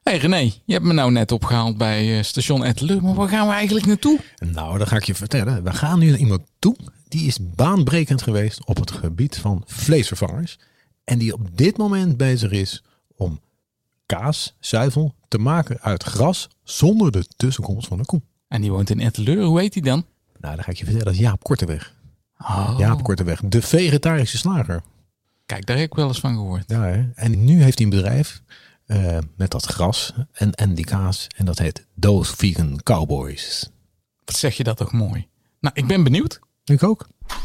Hey René, je hebt me nou net opgehaald bij station Etteleur, maar waar gaan we eigenlijk naartoe? Nou, dat ga ik je vertellen. We gaan nu naar iemand toe. Die is baanbrekend geweest op het gebied van vleesvervangers. En die op dit moment bezig is om kaas, zuivel te maken uit gras zonder de tussenkomst van een koe. En die woont in Etteleur, hoe heet die dan? Nou, dan ga ik je vertellen. Dat is Jaap Korteweg. Oh. Jaap Korteweg, de vegetarische slager. Kijk, daar heb ik wel eens van gehoord. Ja, hè? En nu heeft hij een bedrijf met dat gras en die kaas. En dat heet Those Vegan Cowboys. Wat zeg je dat toch mooi. Nou, ik ben benieuwd. Ik ook.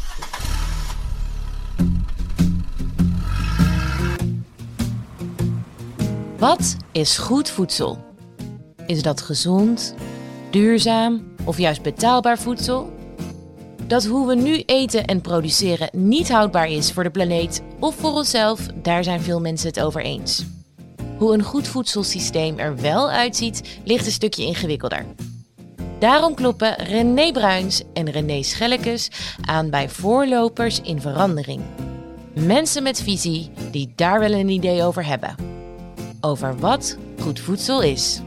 Wat is goed voedsel? Is dat gezond, duurzaam of juist betaalbaar voedsel? Dat hoe we nu eten en produceren niet houdbaar is voor de planeet of voor onszelf, daar zijn veel mensen het over eens. Hoe een goed voedselsysteem er wel uitziet, ligt een stukje ingewikkelder. Daarom kloppen René Bruins en René Schellekes aan bij voorlopers in verandering. Mensen met visie die daar wel een idee over hebben. Over wat goed voedsel is.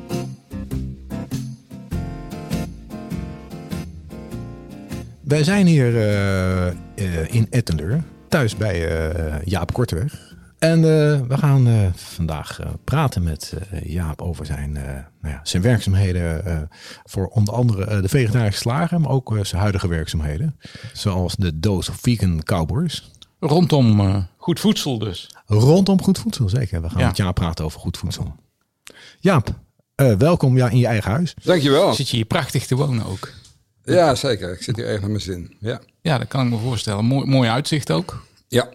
Wij zijn hier in Etteleur, thuis bij Jaap Korteweg. En we gaan vandaag praten met Jaap over zijn werkzaamheden voor onder andere de vegetarische slager, maar ook zijn huidige werkzaamheden. Zoals de Those Vegan Cowboys. Rondom goed voedsel dus. Rondom goed voedsel, zeker. We gaan met Jaap praten over goed voedsel. Jaap, welkom in je eigen huis. Dankjewel. Zit je hier prachtig te wonen ook? Ja, zeker. Ik zit hier echt naar mijn zin. Ja, dat kan ik me voorstellen. Mooi uitzicht ook. Ja.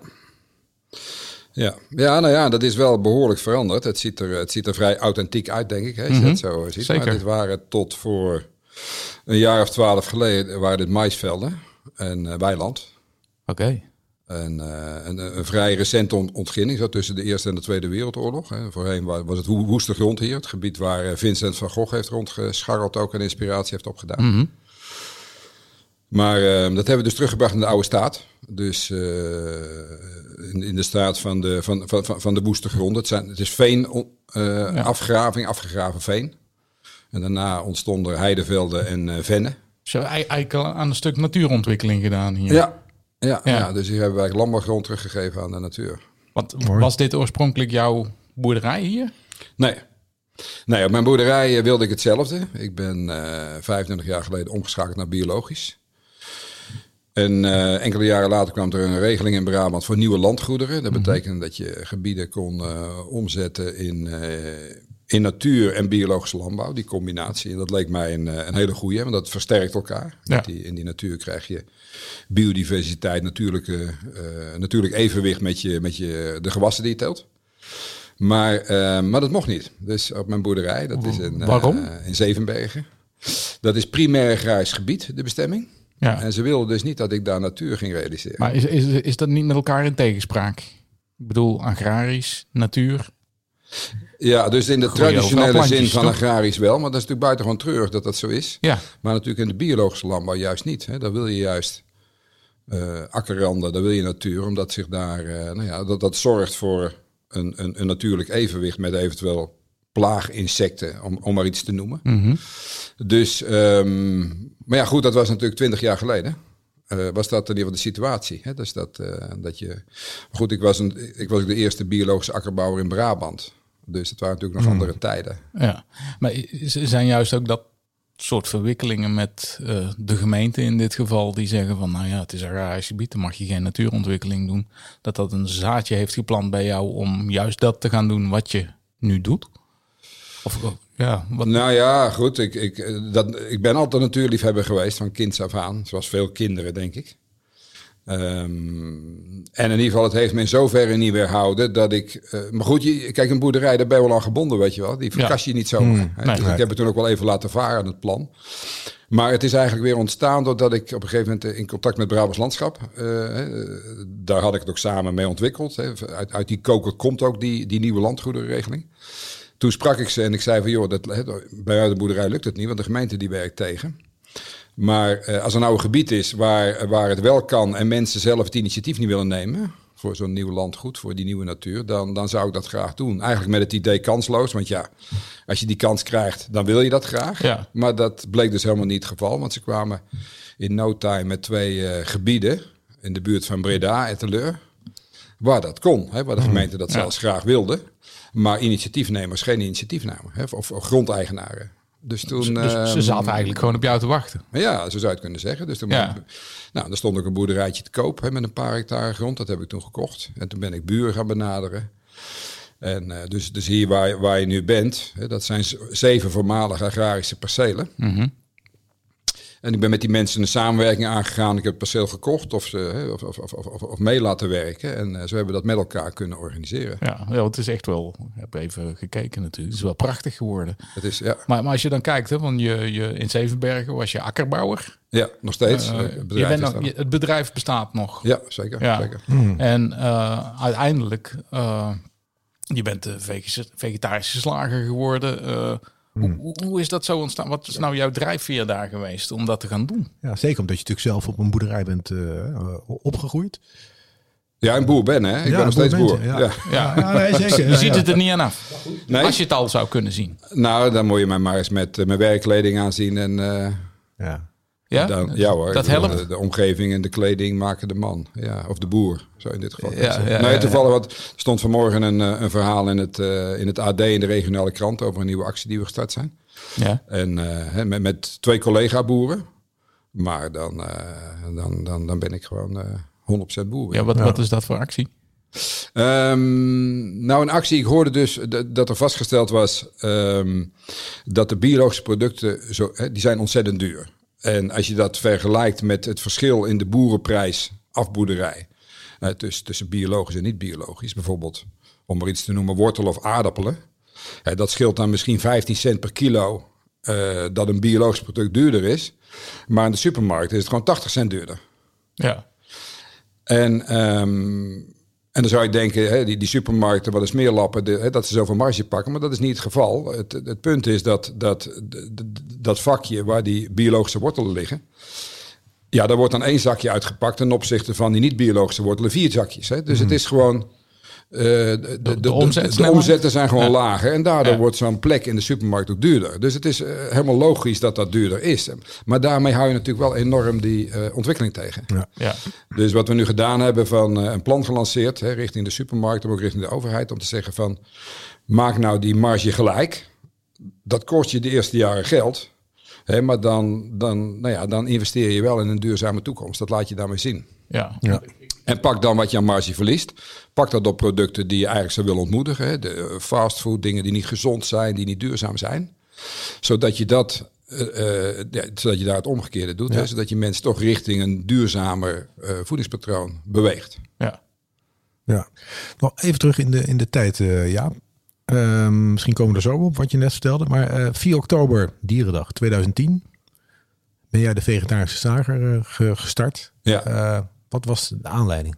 Ja, nou ja, dat is wel behoorlijk veranderd. Het ziet er vrij authentiek uit, denk ik. Hè, als je het zo ziet. Zeker. Maar dit waren tot voor een jaar of 12 geleden waren dit maisvelden en weiland. Oké. En een vrij recente ontginning, zo tussen de Eerste en de Tweede Wereldoorlog. Hè. Voorheen was het woeste grond hier. Het gebied waar Vincent van Gogh heeft rondgescharreld ook en inspiratie heeft opgedaan. Mm-hmm. Maar dat hebben we dus teruggebracht in de oude staat. Dus in de staat van de woeste grond. Het is veen, afgegraven veen. En daarna ontstonden heidevelden en vennen. Dus je hebt eigenlijk al aan een stuk natuurontwikkeling gedaan hier. Ja, dus hier hebben wij landbouwgrond teruggegeven aan de natuur. Was dit oorspronkelijk jouw boerderij hier? Nee, op mijn boerderij wilde ik hetzelfde. Ik ben 25 jaar geleden omgeschakeld naar biologisch. En enkele jaren later kwam er een regeling in Brabant voor nieuwe landgoederen. Dat betekende dat je gebieden kon omzetten in natuur en biologische landbouw. Die combinatie. En dat leek mij een hele goeie, want dat versterkt elkaar. Ja. In die natuur krijg je biodiversiteit, natuurlijk evenwicht met de gewassen die je teelt. Maar dat mocht niet. Dus op mijn boerderij, dat is in Zevenbergen. Dat is primair agrarisch gebied, de bestemming. Ja. En ze wilden dus niet dat ik daar natuur ging realiseren. Maar is dat niet met elkaar in tegenspraak? Ik bedoel, agrarisch, natuur. Ja, dus in de traditionele zin van agrarisch wel. Maar dat is natuurlijk buitengewoon treurig dat dat zo is. Ja. Maar natuurlijk in de biologische landbouw juist niet. Hè. Daar wil je juist akkerranden, daar wil je natuur. Omdat zich daar, dat zorgt voor een natuurlijk evenwicht met eventueel plaaginsecten, om maar iets te noemen. Mm-hmm. Dus, maar ja goed, dat was natuurlijk 20 jaar geleden. Was dat in ieder geval de situatie. Hè? Dus dat je... Goed, ik was ook de eerste biologische akkerbouwer in Brabant. Dus het waren natuurlijk nog andere tijden. Ja, maar zijn juist ook dat soort verwikkelingen met de gemeente in dit geval, die zeggen van, nou ja, het is agrarisch gebied, dan mag je geen natuurontwikkeling doen. Dat een zaadje heeft geplant bij jou om juist dat te gaan doen wat je nu doet? Nou ja, goed. Ik ben altijd een natuurliefhebber geweest van kinds af aan. Zoals veel kinderen, denk ik. En in ieder geval, het heeft me in zoverre niet weerhouden dat ik... maar goed, kijk, een boerderij, daar ben je wel aan gebonden, weet je wel. Die verkast je niet zomaar. Dus ik heb het toen ook wel even laten varen aan het plan. Maar het is eigenlijk weer ontstaan doordat ik op een gegeven moment in contact met Brabants Landschap... daar had ik het ook samen mee ontwikkeld. Uit die koker komt ook die nieuwe landgoederenregeling. Toen sprak ik ze en ik zei van, joh, bij de boerderij lukt het niet, want de gemeente die werkt tegen. Maar als er nou een gebied is waar het wel kan en mensen zelf het initiatief niet willen nemen, voor zo'n nieuw landgoed, voor die nieuwe natuur, dan zou ik dat graag doen. Eigenlijk met het idee kansloos, want ja, als je die kans krijgt, dan wil je dat graag. Ja. Maar dat bleek dus helemaal niet het geval, want ze kwamen in no time met 2 gebieden in de buurt van Breda en Etteleur, waar dat kon, hè, waar de gemeente dat zelfs graag wilde. Maar initiatiefnemers geen initiatief namen, hè, of grondeigenaren. Dus toen, ze zaten eigenlijk gewoon op jou te wachten. Ja, zo zou je het kunnen zeggen. Dus toen er stond ook een boerderijtje te koop, hè, met een paar hectare grond. Dat heb ik toen gekocht. En toen ben ik buren gaan benaderen. En dus hier waar je nu bent, hè, dat zijn 7 voormalige agrarische percelen. Mm-hmm. En ik ben met die mensen een samenwerking aangegaan. Ik heb het perceel gekocht of mee laten werken. En zo hebben we dat met elkaar kunnen organiseren. Ja, het is echt wel... Ik heb even gekeken natuurlijk. Het is wel prachtig geworden. Het is, ja. Maar als je dan kijkt, hè, want je in Zevenbergen was je akkerbouwer. Ja, nog steeds. Het bedrijf bestaat nog. Ja, zeker. Ja. Zeker. En uiteindelijk... je bent vegetarische slager geworden... Hoe is dat zo ontstaan? Wat is nou jouw drijfveer daar geweest om dat te gaan doen? Ja, zeker omdat je natuurlijk zelf op een boerderij bent opgegroeid. Ja, een boer ben, hè? Ik ben nog steeds boer. Nee, zeker. Je ziet het er niet aan af. Nee? Als je het al zou kunnen zien. Nou, dan moet je mij maar eens met mijn werkkleding aanzien. En, Ja? Ja hoor. Dat helpt. De omgeving en de kleding maken de man. Ja, of de boer, zo in dit geval. Ja, toevallig stond vanmorgen een verhaal in het AD, in de regionale krant, over een nieuwe actie die we gestart zijn. Ja. En met 2 collega-boeren. Maar dan ben ik gewoon 100% boer. Ja, wat is dat voor actie? Nou, een actie. Ik hoorde dus dat er vastgesteld was dat de biologische producten, die zijn ontzettend duur. En als je dat vergelijkt met het verschil in de boerenprijs afboerderij, tussen biologisch en niet biologisch, bijvoorbeeld, om maar iets te noemen, wortel of aardappelen. Dat scheelt dan misschien 15 cent per kilo dat een biologisch product duurder is. Maar in de supermarkt is het gewoon 80 cent duurder. Ja. En dan zou je denken, die supermarkten wat eens meer lappen, dat ze zoveel marge pakken. Maar dat is niet het geval. Het punt is dat vakje waar die biologische wortelen liggen, ja, daar wordt dan 1 zakje uitgepakt ten opzichte van die niet-biologische wortelen 4 zakjes. Hè. Dus het is gewoon... De omzetten zijn gewoon lager. En daardoor wordt zo'n plek in de supermarkt ook duurder. Dus het is helemaal logisch dat dat duurder is. Maar daarmee hou je natuurlijk wel enorm die ontwikkeling tegen. Ja. Dus wat we nu gedaan hebben van een plan gelanceerd, richting de supermarkt, maar ook richting de overheid, om te zeggen van, maak nou die marge gelijk. Dat kost je de eerste jaren geld. Maar dan investeer je wel in een duurzame toekomst. Dat laat je daarmee zien. Ja. En pak dan wat je aan marge verliest. Pak dat op producten die je eigenlijk zou willen ontmoedigen. Hè? De fastfood, dingen die niet gezond zijn, die niet duurzaam zijn. Zodat je daar het omgekeerde doet. Ja. Hè? Zodat je mensen toch richting een duurzamer voedingspatroon beweegt. Ja. Nog even terug in de tijd, Jaap. Misschien komen we er zo op, wat je net vertelde. Maar 4 oktober, Dierendag 2010. Ben jij de vegetarische slager gestart? Ja. Wat was de aanleiding?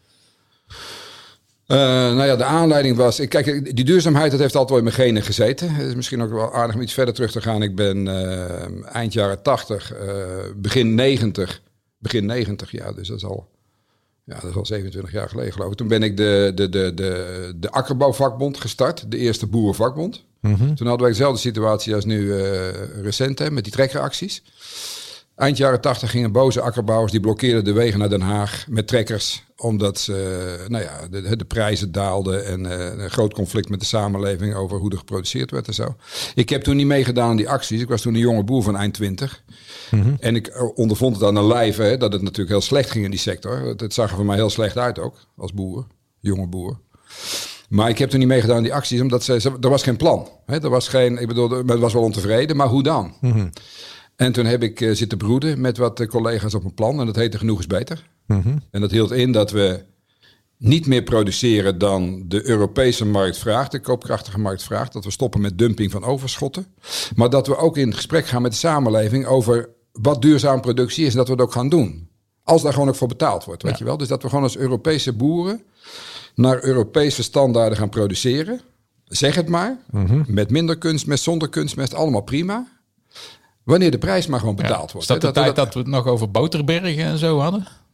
De aanleiding was... Kijk, die duurzaamheid, dat heeft altijd wel in mijn genen gezeten. Het is misschien ook wel aardig om iets verder terug te gaan. Ik ben eind jaren 80, begin 90, ja, dus dat is al 27 jaar geleden geloof ik. Toen ben ik de akkerbouwvakbond gestart, de eerste boerenvakbond. Mm-hmm. Toen hadden wij dezelfde situatie als nu recent, met die trekkeracties. Eind jaren 80 gingen boze akkerbouwers, die blokkeerden de wegen naar Den Haag met trekkers, omdat de prijzen daalden en een groot conflict met de samenleving over hoe er geproduceerd werd en zo. Ik heb toen niet meegedaan aan die acties. Ik was toen een jonge boer van eind 20. Mm-hmm. En ik ondervond het aan de lijve dat het natuurlijk heel slecht ging in die sector. Het zag er voor mij heel slecht uit ook, als boer, jonge boer. Maar ik heb toen niet meegedaan aan die acties, omdat er was geen plan. Er was het was wel ontevreden, maar hoe dan? Mm-hmm. En toen heb ik zitten broeden met wat collega's op een plan. En dat heette Genoeg is Beter. Mm-hmm. En dat hield in dat we niet meer produceren dan de Europese markt vraagt. De koopkrachtige markt vraagt. Dat we stoppen met dumping van overschotten. Maar dat we ook in gesprek gaan met de samenleving over wat duurzame productie is. En dat we het ook gaan doen. Als daar gewoon ook voor betaald wordt. Weet je wel? Dus dat we gewoon als Europese boeren naar Europese standaarden gaan produceren. Zeg het maar. Mm-hmm. Met minder kunstmest, zonder kunstmest. Allemaal prima. Wanneer de prijs maar gewoon betaald wordt. Is dat de tijd dat we het nog over boterbergen en zo hadden?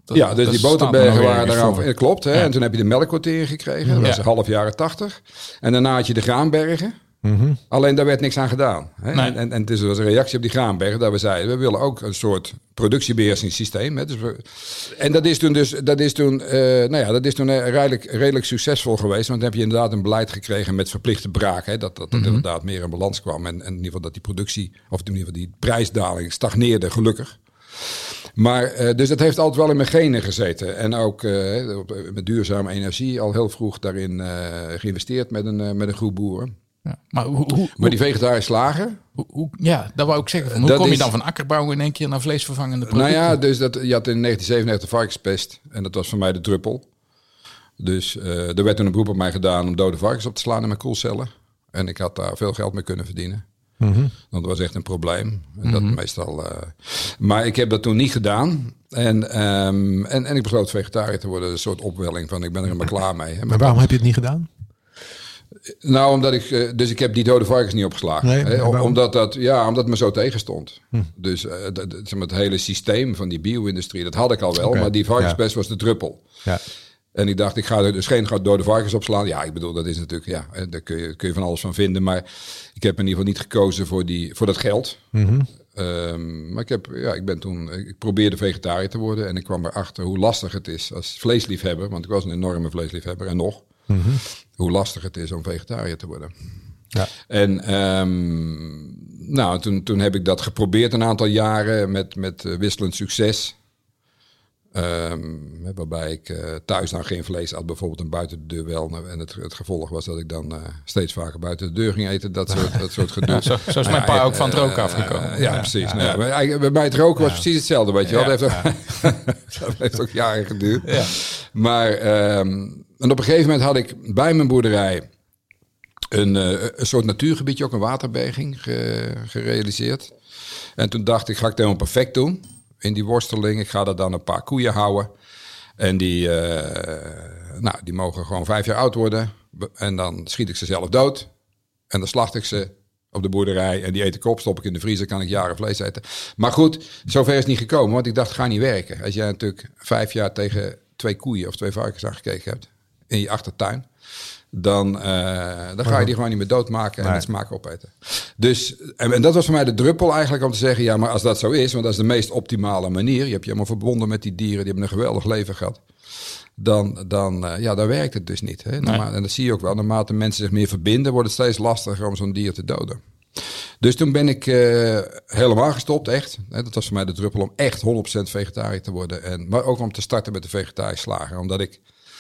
Ja, dus die boterbergen waren daarover. Klopt, hè? Ja. En toen heb je de melkquotering gekregen. Dat was half jaren 80. En daarna had je de graanbergen. Alleen daar werd niks aan gedaan. Hè? Nee. En het was een reactie op die graanbergen. Dat we zeiden, we willen ook een soort productiebeheersingssysteem. Hè? En dat is toen redelijk succesvol geweest. Want dan heb je inderdaad een beleid gekregen met verplichte braak. Hè? Dat inderdaad meer in balans kwam. En in ieder geval dat die productie, of in ieder geval die prijsdaling stagneerde, gelukkig. Maar dus dat heeft altijd wel in mijn genen gezeten. En ook met duurzame energie al heel vroeg daarin geïnvesteerd met een groep boeren. Ja. Maar Maar die vegetarische slager? Dat wou ik zeggen. Hoe kom je dan van akkerbouw in één keer naar vleesvervangende producten? Nou ja, dus je had in 1997 varkenspest. En dat was voor mij de druppel. Dus er werd toen een beroep op mij gedaan om dode varkens op te slaan in mijn koelcellen. En ik had daar veel geld mee kunnen verdienen. Want dat was echt een probleem. En dat meestal. Maar ik heb dat toen niet gedaan. En ik besloot vegetariër te worden. Een soort opwelling van ik ben er helemaal klaar mee. Maar waarom heb je het niet gedaan? Nou, omdat ik heb die dode varkens niet opgeslagen. Nee, omdat het me zo tegenstond. Dus het hele systeem van die bio-industrie, dat had ik al wel. Okay. Maar die varkenspest was de druppel. Ja. En ik dacht, ik ga er dus geen dode varkens opslaan. Ja, ik bedoel, dat is natuurlijk, daar kun je van alles van vinden. Maar ik heb in ieder geval niet gekozen voor dat geld. Maar ik probeerde vegetariër te worden. En ik kwam erachter hoe lastig het is als vleesliefhebber. Want ik was een enorme vleesliefhebber en nog. Hoe lastig het is om vegetariër te worden. Ja. En toen heb ik dat geprobeerd een aantal jaren met wisselend succes. Waarbij ik thuis dan geen vlees had, bijvoorbeeld, en buiten de deur wel. En het gevolg was dat ik dan steeds vaker buiten de deur ging eten. Dat soort gedoe. Ja, zo is mijn pa ook van het roken afgekomen. Ja, precies. Bij het roken was precies hetzelfde, weet je wel. Dat heeft ook jaren geduurd. Ja. Maar en op een gegeven moment had ik bij mijn boerderij een soort natuurgebiedje, ook een waterberging gerealiseerd. En toen dacht ik, ga ik het helemaal perfect doen in die worsteling. Ik ga er dan een paar koeien houden. En die mogen gewoon 5 jaar oud worden. En dan schiet ik ze zelf dood. En dan slacht ik ze op de boerderij. En die eet ik op, stop ik in de vriezer, kan ik jaren vlees eten. Maar goed, zover is het niet gekomen. Want ik dacht, het gaat niet werken. Als jij natuurlijk 5 jaar tegen 2 koeien of 2 varkens aangekeken hebt in je achtertuin, dan ga je die gewoon niet meer doodmaken en het smaak opeten. Dus, en dat was voor mij de druppel eigenlijk om te zeggen, ja, maar als dat zo is, want dat is de meest optimale manier. Je hebt je helemaal verbonden met die dieren, die hebben een geweldig leven gehad. Dan werkt het dus niet. Hè? En dat zie je ook wel. Naarmate mensen zich meer verbinden, wordt het steeds lastiger om zo'n dier te doden. Dus toen ben ik helemaal gestopt, echt. Dat was voor mij de druppel om echt 100% vegetariër te worden. Maar ook om te starten met de vegetarische slager. Omdat ik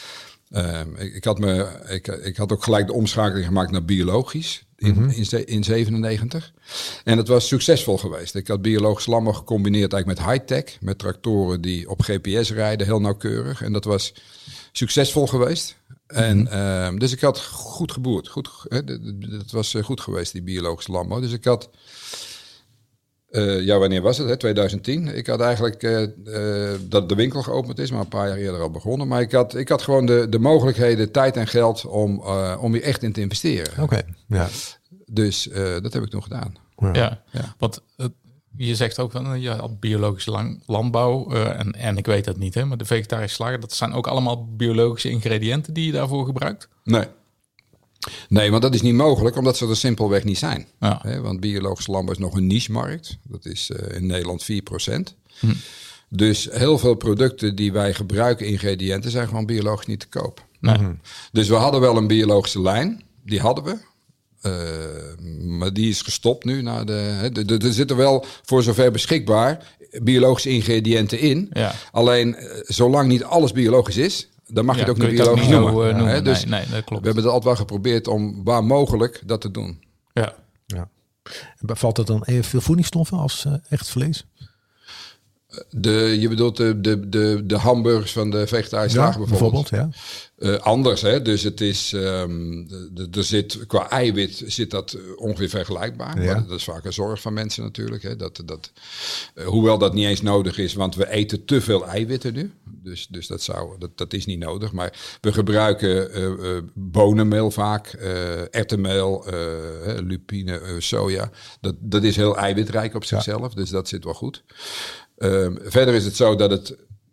had ook gelijk de omschakeling gemaakt naar biologisch in 97. En het was succesvol geweest. Ik had biologisch landbouw gecombineerd eigenlijk met high-tech. Met tractoren die op GPS rijden, heel nauwkeurig. En dat was succesvol geweest. En dus ik had goed geboerd. Dat was goed geweest, die biologische landbouw. Dus ik had wanneer was het? Hè? 2010. Ik had eigenlijk dat de winkel geopend is, maar een paar jaar eerder al begonnen. Maar ik had gewoon de mogelijkheden, tijd en geld om hier echt in te investeren. Oké. Ja. Dus dat heb ik toen gedaan. Ja. Want je zegt ook van je had biologische landbouw en ik weet dat niet, hè, maar de vegetarische slager, dat zijn ook allemaal biologische ingrediënten die je daarvoor gebruikt? Nee, want dat is niet mogelijk, omdat ze er simpelweg niet zijn. Ja. Want biologische landbouw is nog een niche-markt. Dat is in Nederland 4%. Dus heel veel producten die wij gebruiken, ingrediënten, zijn gewoon biologisch niet te koop. Nee. Dus we hadden wel een biologische lijn. Die hadden we. Maar die is gestopt nu. Er zitten wel voor zover beschikbaar biologische ingrediënten in. Ja. Alleen, zolang niet alles biologisch is, dan mag je het ook niet biologisch noemen. Dus nee, dat klopt. We hebben het altijd wel geprobeerd om waar mogelijk dat te doen. Ja. Valt dat dan evenveel voedingsstoffen als echt vlees? Je bedoelt de hamburgers van de vegetarische slager bijvoorbeeld? Ja. Anders, hè? Dus het is, er zit qua eiwit zit dat ongeveer vergelijkbaar. Ja. Maar dat is vaak een zorg van mensen natuurlijk. Hè? Hoewel dat niet eens nodig is, want we eten te veel eiwitten nu. Dus dat is niet nodig. Maar we gebruiken bonenmeel vaak, erwtenmeel, lupine, soja. Dat is heel eiwitrijk op zichzelf, dus dat zit wel goed. Verder is het zo dat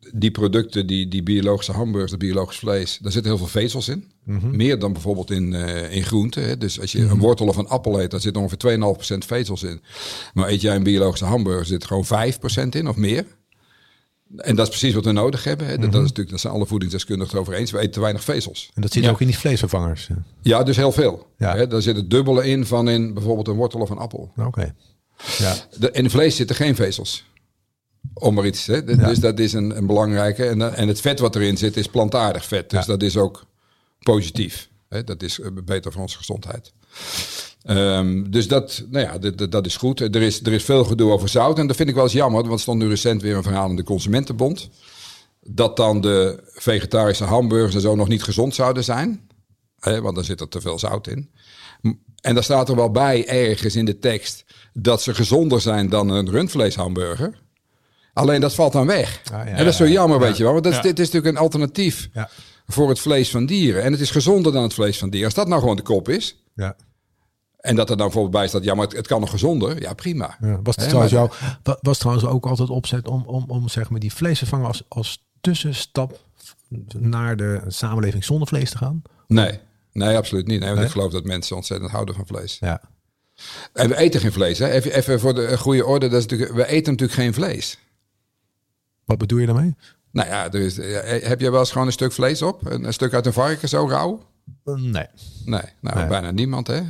die producten, die biologische hamburgers, dat biologisch vlees, daar zitten heel veel vezels in. Meer dan bijvoorbeeld in groenten. Hè. Dus als je een wortel of een appel eet, daar zit ongeveer 2,5% vezels in. Maar eet jij een biologische hamburger, zit gewoon 5% in of meer. En dat is precies wat we nodig hebben. Hè. Dat is natuurlijk, daar zijn alle voedingsdeskundigen het over eens. We eten te weinig vezels. En dat zit ook in die vleesvervangers. Ja, dus heel veel. Ja. Hè. Daar zit het dubbele in van in bijvoorbeeld een wortel of een appel. Oké. Ja. In vlees zitten geen vezels. Om maar iets. Hè. Dus dat is een belangrijke. En het vet wat erin zit is plantaardig vet. Dus dat is ook positief. Hè. Dat is beter voor onze gezondheid. Dus dat is goed. Er is veel gedoe over zout. En dat vind ik wel eens jammer. Want er stond nu recent weer een verhaal in de Consumentenbond. Dat dan de vegetarische hamburgers en zo nog niet gezond zouden zijn. Hè, want dan zit er te veel zout in. En daar staat er wel bij ergens in de tekst dat ze gezonder zijn dan een rundvleeshamburger. Alleen dat valt dan weg. En dat is zo jammer, weet je wel. Want dit is natuurlijk een alternatief voor het vlees van dieren. En het is gezonder dan het vlees van dieren. Als dat nou gewoon de kop is. Ja. En dat er dan bijvoorbeeld bij staat, ja, maar het kan nog gezonder. Ja, prima. Ja, was trouwens ook altijd opzet om zeg maar die vleesvervanger als tussenstap naar de samenleving zonder vlees te gaan? Nee, absoluut niet. Nee, want ik geloof dat mensen ontzettend houden van vlees. Ja. En we eten geen vlees. Hè? Even voor de goede orde. Dat is natuurlijk, we eten natuurlijk geen vlees. Wat bedoel je daarmee? Nou ja, heb je wel eens gewoon een stuk vlees op? Een stuk uit een varken zo rauw? Nee. Bijna niemand, hè?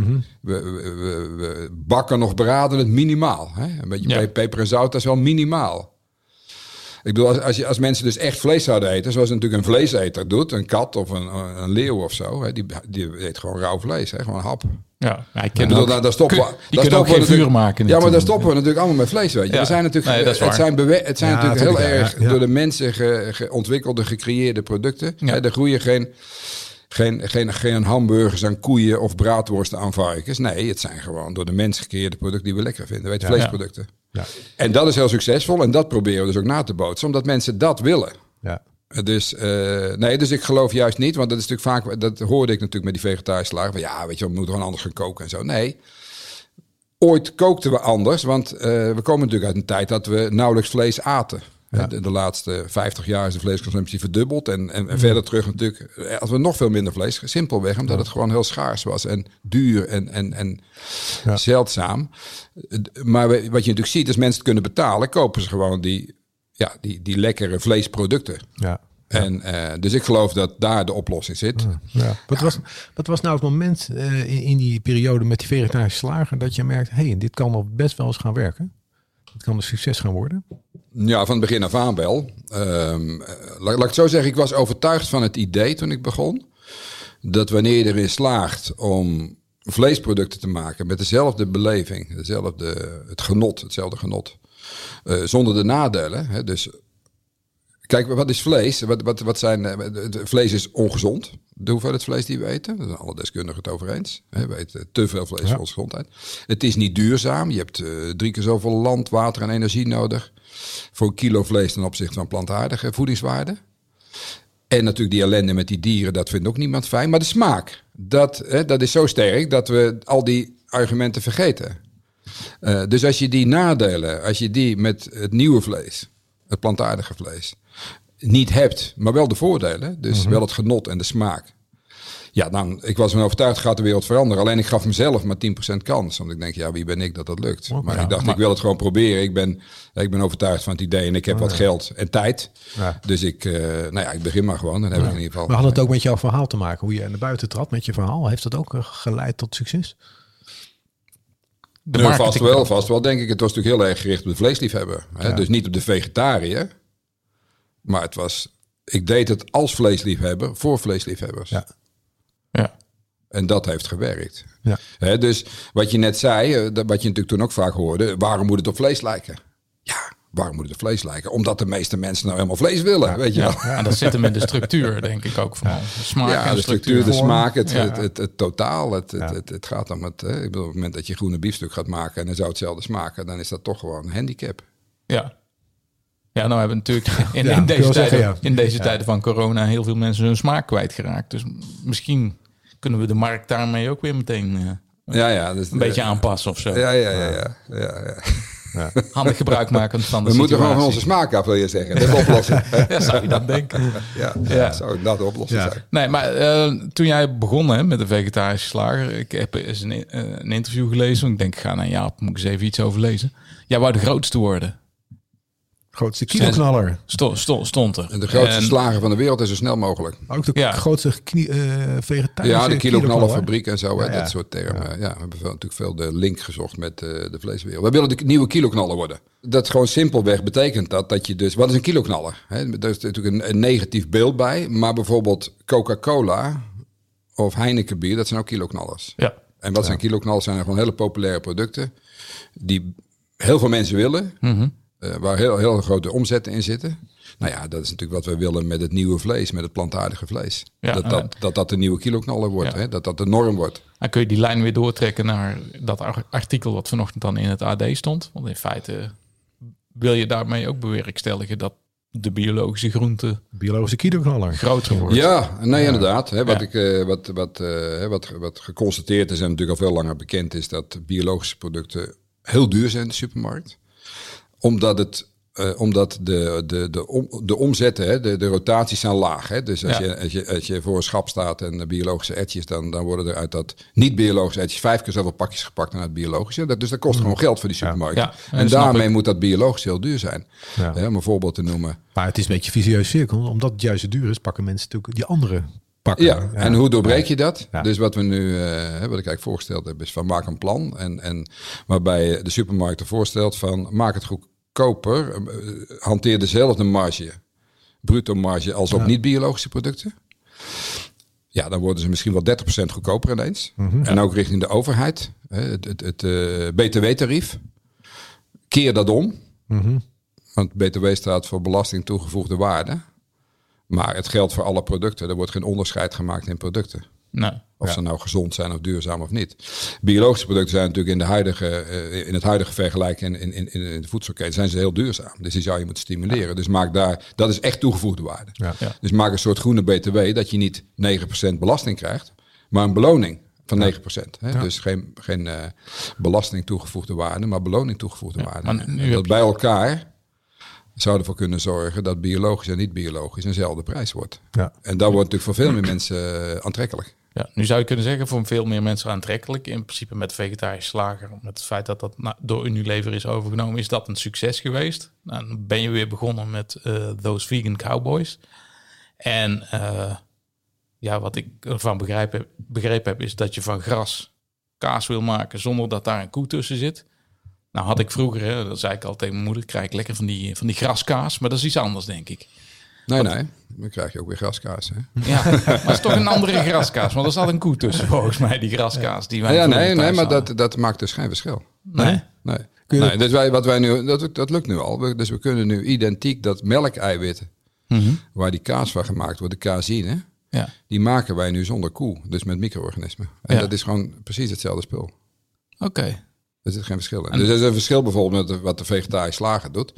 We bakken nog braden het minimaal. Hè? Een beetje peper en zout, dat is wel minimaal. Ik bedoel, als mensen dus echt vlees zouden eten, zoals natuurlijk een vleeseter doet, een kat of een leeuw of zo, hè, die eet gewoon rauw vlees, hè, gewoon hap. Ja, ik bedoel, daar stoppen we. Die kunnen ook geen vuur maken. Ja, maar daar stoppen we natuurlijk allemaal met vlees, weet je. We zijn natuurlijk, het zijn natuurlijk heel erg door de mensen ontwikkelde, gecreëerde producten. Ja. Hè, er groeien geen hamburgers aan koeien of braadworsten aan varkens. Nee, het zijn gewoon door de mens gecreëerde producten die we lekker vinden. Weet je, vleesproducten. Ja. En dat is heel succesvol en dat proberen we dus ook na te bootsen, omdat mensen dat willen. Ja. Dus ik geloof juist niet, want dat is natuurlijk vaak, dat hoorde ik natuurlijk met die vegetarische laag. Van, ja, weet je, we moeten gewoon anders gaan koken en zo. Nee, ooit kookten we anders, want we komen natuurlijk uit een tijd dat we nauwelijks vlees aten. Ja. De laatste 50 jaar is de vleesconsumptie verdubbeld. En verder terug natuurlijk, als we nog veel minder vlees. Simpelweg omdat het gewoon heel schaars was. En duur en zeldzaam. Maar wat je natuurlijk ziet, als mensen het kunnen betalen, kopen ze gewoon die lekkere vleesproducten. Ja. En dus ik geloof dat daar de oplossing zit. Ja. Wat was nou het moment in die periode met die vegetarische slager dat je merkt, hey, dit kan nog best wel eens gaan werken? Het kan een succes gaan worden? Ja, van het begin af aan wel. Laat ik het zo zeggen, ik was overtuigd van het idee toen ik begon. Dat wanneer je erin slaagt om vleesproducten te maken met dezelfde beleving, hetzelfde genot. Zonder de nadelen. Hè, dus kijk, wat is vlees? Vlees is ongezond. De hoeveelheid vlees die we eten. Daar zijn alle deskundigen het over eens. We eten te veel vlees voor onze gezondheid. Het is niet duurzaam. Je hebt 3 keer zoveel land, water en energie nodig voor een kilo vlees ten opzichte van plantaardige voedingswaarde. En natuurlijk die ellende met die dieren, dat vindt ook niemand fijn. Maar de smaak, dat is zo sterk dat we al die argumenten vergeten. Dus als je die nadelen, als je die met het nieuwe vlees, het plantaardige vlees, niet hebt, maar wel de voordelen, dus wel het genot en de smaak. Ja, ik was ervan overtuigd, gaat de wereld veranderen. Alleen ik gaf mezelf maar 10% kans. Want ik denk, ja, wie ben ik dat lukt? Okay, maar ik dacht, ik wil het gewoon proberen. Ik ben overtuigd van het idee en ik heb wat geld en tijd. Ja. Dus ik begin maar gewoon. Dan heb ik in ieder geval. Maar had het ook met jouw verhaal te maken? Hoe je naar buiten trad met je verhaal? Heeft dat ook geleid tot succes? Vast wel, denk ik. Het was natuurlijk heel erg gericht op de vleesliefhebber. Hè? Dus niet op de vegetariër. Maar ik deed het als vleesliefhebber voor vleesliefhebbers. Ja. En dat heeft gewerkt. Ja. Dus wat je net zei, wat je natuurlijk toen ook vaak hoorde, waarom moet het op vlees lijken? Ja, waarom moet het op vlees lijken? Omdat de meeste mensen nou helemaal vlees willen, weet je wel. Ja, en dat zit hem in de structuur, denk ik ook. Vooral. De smaak en de structuur, de smaak, het totaal. Het gaat om het. Ik bedoel, op het moment dat je groene biefstuk gaat maken en dan zou hetzelfde smaken, dan is dat toch gewoon een handicap. Ja. Ja, nou hebben we natuurlijk in deze tijden van corona heel veel mensen hun smaak kwijtgeraakt. Dus misschien kunnen we de markt daarmee ook weer meteen een beetje aanpassen of zo. Ja. Handig gebruik maken van de We moeten situatie. gewoon van onze smaak af, wil je zeggen. Dat is de oplossing. Ja, zou je dat denken? Ja, dat zou inderdaad de oplossing zijn. Nee, maar toen jij begon met de vegetarische slager... Ik heb eens een interview gelezen. Ik denk, ik ga naar Jaap, moet ik eens even iets over lezen. Jij wou de grootste worden. Grootste kiloknaller. Stond er. En de grootste slager van de wereld is zo snel mogelijk. Maar ook de grootste vegetarische Ja, de kiloknallenfabriek en zo. Ja. Dat soort termen. Ja. We hebben natuurlijk veel de link gezocht met de vleeswereld. We willen de nieuwe kiloknaller worden. Dat gewoon simpelweg betekent dat je dus... Wat is een kiloknaller? Daar is natuurlijk een negatief beeld bij. Maar bijvoorbeeld Coca-Cola of Heineken bier, dat zijn ook kiloknallers. Ja. En wat zijn kiloknallers? Zijn gewoon hele populaire producten die heel veel mensen willen. Waar heel grote omzetten in zitten. Nou ja, dat is natuurlijk wat we willen met het nieuwe vlees, met het plantaardige vlees. Ja, dat de nieuwe kiloknaller wordt, Ja. Dat de norm wordt. Dan kun je die lijn weer doortrekken naar dat artikel wat vanochtend dan in het AD stond. Want in feite wil je daarmee ook bewerkstelligen dat de biologische groente biologische kiloknaller groter wordt. Ja, nee, inderdaad. Wat geconstateerd is en natuurlijk al veel langer bekend is, dat biologische producten heel duur zijn in de supermarkt. Omdat de omzetten, de rotaties zijn laag. Hè? Dus als je voor een schap staat en biologische etjes, dan worden er uit dat niet-biologische etjes 5 keer zoveel pakjes gepakt dan uit biologische. Dus dat kost gewoon geld voor die supermarkt. Ja, en daarmee moet dat biologisch heel duur zijn. Ja. Om een voorbeeld te noemen. Maar het is een beetje een vicieuze cirkel. Omdat het juist duur is, pakken mensen natuurlijk die andere pakken. Ja, en hoe doorbreek je dat? Ja. Dus wat we nu, wat ik eigenlijk voorgesteld heb, is van maak een plan. En waarbij de supermarkt ervoor stelt van maak het goedkoper. Hanteer dezelfde marge, bruto marge, als op niet-biologische producten. Ja, dan worden ze misschien wel 30% goedkoper ineens. En ook richting de overheid. Het BTW-tarief. Keer dat om. Want BTW staat voor belasting toegevoegde waarde. Maar het geldt voor alle producten. Er wordt geen onderscheid gemaakt in producten. Nee. Of ze nou gezond zijn of duurzaam of niet. Biologische producten zijn natuurlijk in het huidige vergelijken in de voedselketen zijn ze heel duurzaam. Dus die zou je moeten stimuleren. Dus maak dat is echt toegevoegde waarde. Ja. Dus maak een soort groene BTW dat je niet 9% belasting krijgt, maar een beloning van 9%. Hè? Dus geen belasting toegevoegde waarde, maar beloning toegevoegde waarde. En dat bij elkaar zou ervoor kunnen zorgen dat biologisch en niet biologisch eenzelfde prijs wordt. Ja. En dat wordt natuurlijk voor veel meer mensen aantrekkelijk. Ja, nu zou je kunnen zeggen voor veel meer mensen aantrekkelijk. In principe met vegetarische slager, met het feit dat door Unilever is overgenomen, is dat een succes geweest. Nou, dan ben je weer begonnen met Those Vegan Cowboys. En wat ik ervan begrepen heb, is dat je van gras kaas wil maken zonder dat daar een koe tussen zit. Nou had ik vroeger, dat zei ik al tegen mijn moeder, krijg ik lekker van die graskaas. Maar dat is iets anders, denk ik. Nee, dan krijg je ook weer graskaas. Hè? Ja, maar het is toch een andere graskaas. Want er zat een koe tussen, volgens mij, die graskaas. Die wij nee, maar dat maakt dus geen verschil. Nee. Dus wat wij nu, dat lukt nu al. Dus we kunnen nu identiek dat melkeiwitten, waar die kaas van gemaakt wordt, de caseïne, die maken wij nu zonder koe. Dus met micro-organismen. En dat is gewoon precies hetzelfde spul. Oké. Er zit geen verschil in. Dus er is een verschil bijvoorbeeld met wat de vegetarische slager doet.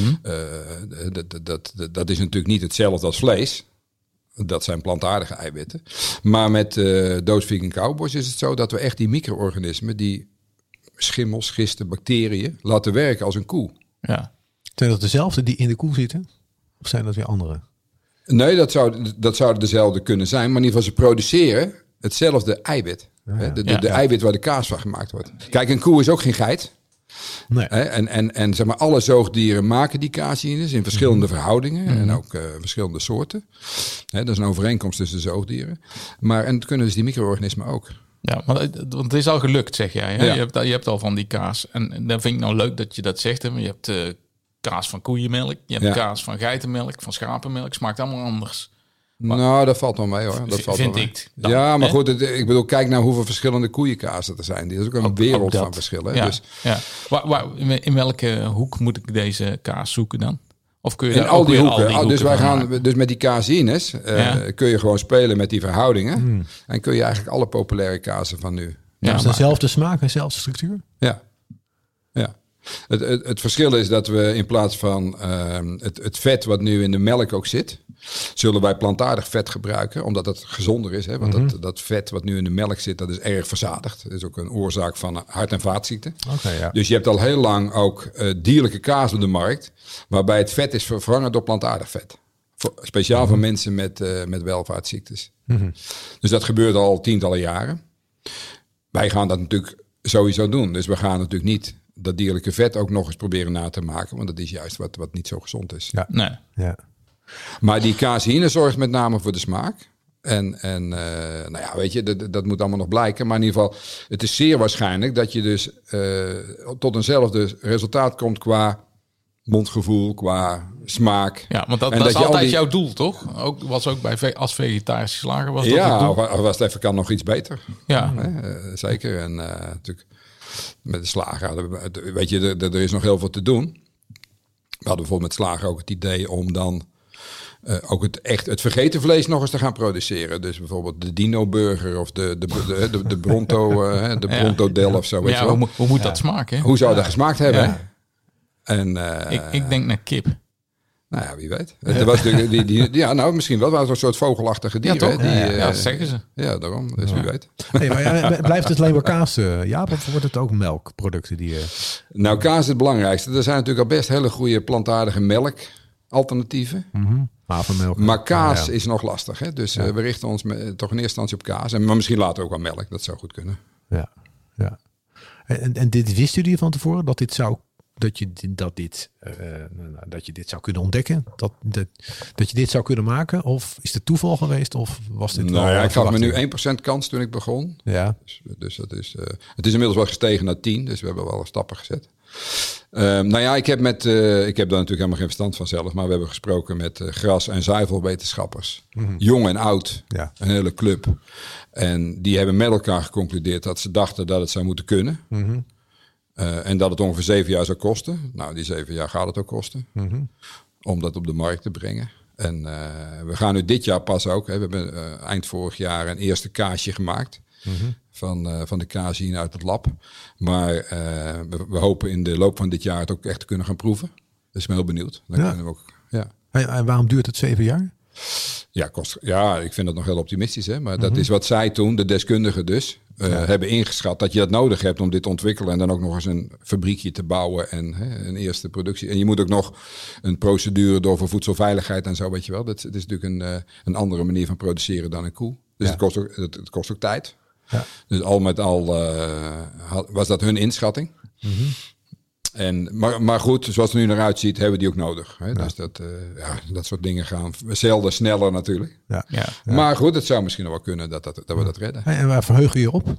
Dat is natuurlijk niet hetzelfde als vlees. Dat zijn plantaardige eiwitten. Maar met Those Vegan Cowboys is het zo dat we echt die micro-organismen, die schimmels, gisten, bacteriën, laten werken als een koe. Ja. Zijn dat dezelfde die in de koe zitten? Of zijn dat weer andere? Nee, dat zouden dezelfde kunnen zijn. Maar in ieder geval, ze produceren hetzelfde eiwit. De eiwit waar de kaas van gemaakt wordt. Kijk, een koe is ook geen geit. Nee. En zeg maar, alle zoogdieren maken die caseïnes in verschillende verhoudingen. En ook verschillende soorten. Dat is een overeenkomst tussen de zoogdieren. En dat kunnen dus die micro-organismen ook. Ja, want het is al gelukt, zeg jij. Hè? Ja. Je hebt al van die kaas. En dan vind ik nou leuk dat je dat zegt. Hè? Je hebt kaas van koeienmelk. Je hebt kaas van geitenmelk, van schapenmelk. Smaakt allemaal anders. Nou, dat valt wel mee hoor. Vind ik. Dan, ja, maar goed, ik bedoel, kijk naar hoeveel verschillende koeienkazen er zijn. Die is ook een wereld van verschillen. Ja, dus. ja. In welke hoek moet ik deze kaas zoeken dan? Of kun je in al die hoeken. Dus wij gaan dus met die caseïnes kun je gewoon spelen met die verhoudingen. En kun je eigenlijk alle populaire kazen van nu. Ja, is dezelfde smaak en dezelfde structuur? Ja. Het verschil is dat we in plaats van het vet wat nu in de melk ook zit, zullen wij plantaardig vet gebruiken, omdat het gezonder is. Hè? Want dat vet wat nu in de melk zit, dat is erg verzadigd. Dat is ook een oorzaak van hart- en vaatziekten. Okay, ja. Dus je hebt al heel lang ook dierlijke kaas op de markt, waarbij het vet is vervangen door plantaardig vet. Speciaal voor mensen met welvaartsziektes. Dus dat gebeurt al tientallen jaren. Wij gaan dat natuurlijk sowieso doen. Dus we gaan natuurlijk niet dat dierlijke vet ook nog eens proberen na te maken. Want dat is juist wat niet zo gezond is. Ja. Nee. Ja. Maar die caseïne zorgt met name voor de smaak. En nou ja, weet je, dat moet allemaal nog blijken. Maar in ieder geval, het is zeer waarschijnlijk dat je dus tot eenzelfde resultaat komt qua mondgevoel, qua smaak. Ja, want dat En is dat je altijd al die- jouw doel, toch? Was ook als vegetarische slager was dat het Ja, doel. of was het even kan nog iets beter. Ja. Zeker. En natuurlijk met de slager, weet je, er is nog heel veel te doen. We hadden bijvoorbeeld met slager ook het idee om dan ook het vergeten vlees nog eens te gaan produceren. Dus bijvoorbeeld de Dino Burger of de Bronto, de Bronto Del of zo. Maar Weet ja, je wel. hoe moet dat smaken? Hoe zou dat gesmaakt hebben? Ja. En, Ik denk naar kip. nou ja, wie weet. Het was ja, nou misschien wel. Het was een soort vogelachtige dieren. Ja, toch? hè, Ja, dat zeggen ze. Ja, daarom. Dus wie weet. Hey, maar blijft het alleen maar kaas, Jaap? Of wordt het ook melkproducten die... Nou, kaas is het belangrijkste. Er zijn natuurlijk al best hele goede plantaardige melkalternatieven. havermelk? Maar kaas Ja. is nog lastig. Hè? Dus we richten ons toch in eerste instantie op kaas. Maar misschien later ook wel melk. Dat zou goed kunnen. Ja, ja. En dit wisten jullie van tevoren dat dit zou... Dat je dit zou kunnen ontdekken? Dat je dit zou kunnen maken? Of is het toeval geweest? Of was dit Nou wel ja, ik gaf me verwachting? nu 1% kans toen ik begon. Ja, Dus dat is, het is inmiddels wel gestegen naar 10. Dus we hebben wel stappen gezet. Nou ja, ik heb daar natuurlijk helemaal geen verstand van zelf. Maar we hebben gesproken met gras- en zuivelwetenschappers. Jong en oud. Ja. Een hele club. En die hebben met elkaar geconcludeerd dat ze dachten dat het zou moeten kunnen. En dat het ongeveer 7 jaar zou kosten. Nou, die 7 jaar gaat het ook kosten. Om dat op de markt te brengen. En we gaan nu dit jaar pas ook. Hè, we hebben eind vorig jaar een eerste kaasje gemaakt. Van de caseïne uit het lab. Maar we hopen in de loop van dit jaar het ook echt te kunnen gaan proeven. Dus ik ben heel benieuwd. Dan Ja. kunnen we ook, ja. En waarom duurt het 7 jaar? Ja, ik vind dat nog heel optimistisch. Hè? Maar dat is wat zij toen, de deskundigen dus, hebben ingeschat. Dat je dat nodig hebt om dit te ontwikkelen. En dan ook nog eens een fabriekje te bouwen en een eerste productie. En je moet ook nog een procedure door voor voedselveiligheid en zo, weet je wel. Het is natuurlijk een andere manier van produceren dan een koe. Dus het kost ook tijd. Ja. Dus al met al was dat hun inschatting. Maar goed, zoals het er nu naar uitziet, hebben we die ook nodig. Hè? Dus dat soort dingen gaan zelden sneller natuurlijk. Ja. Ja. Maar goed, het zou misschien nog wel kunnen dat we dat redden. En waar verheugen je op?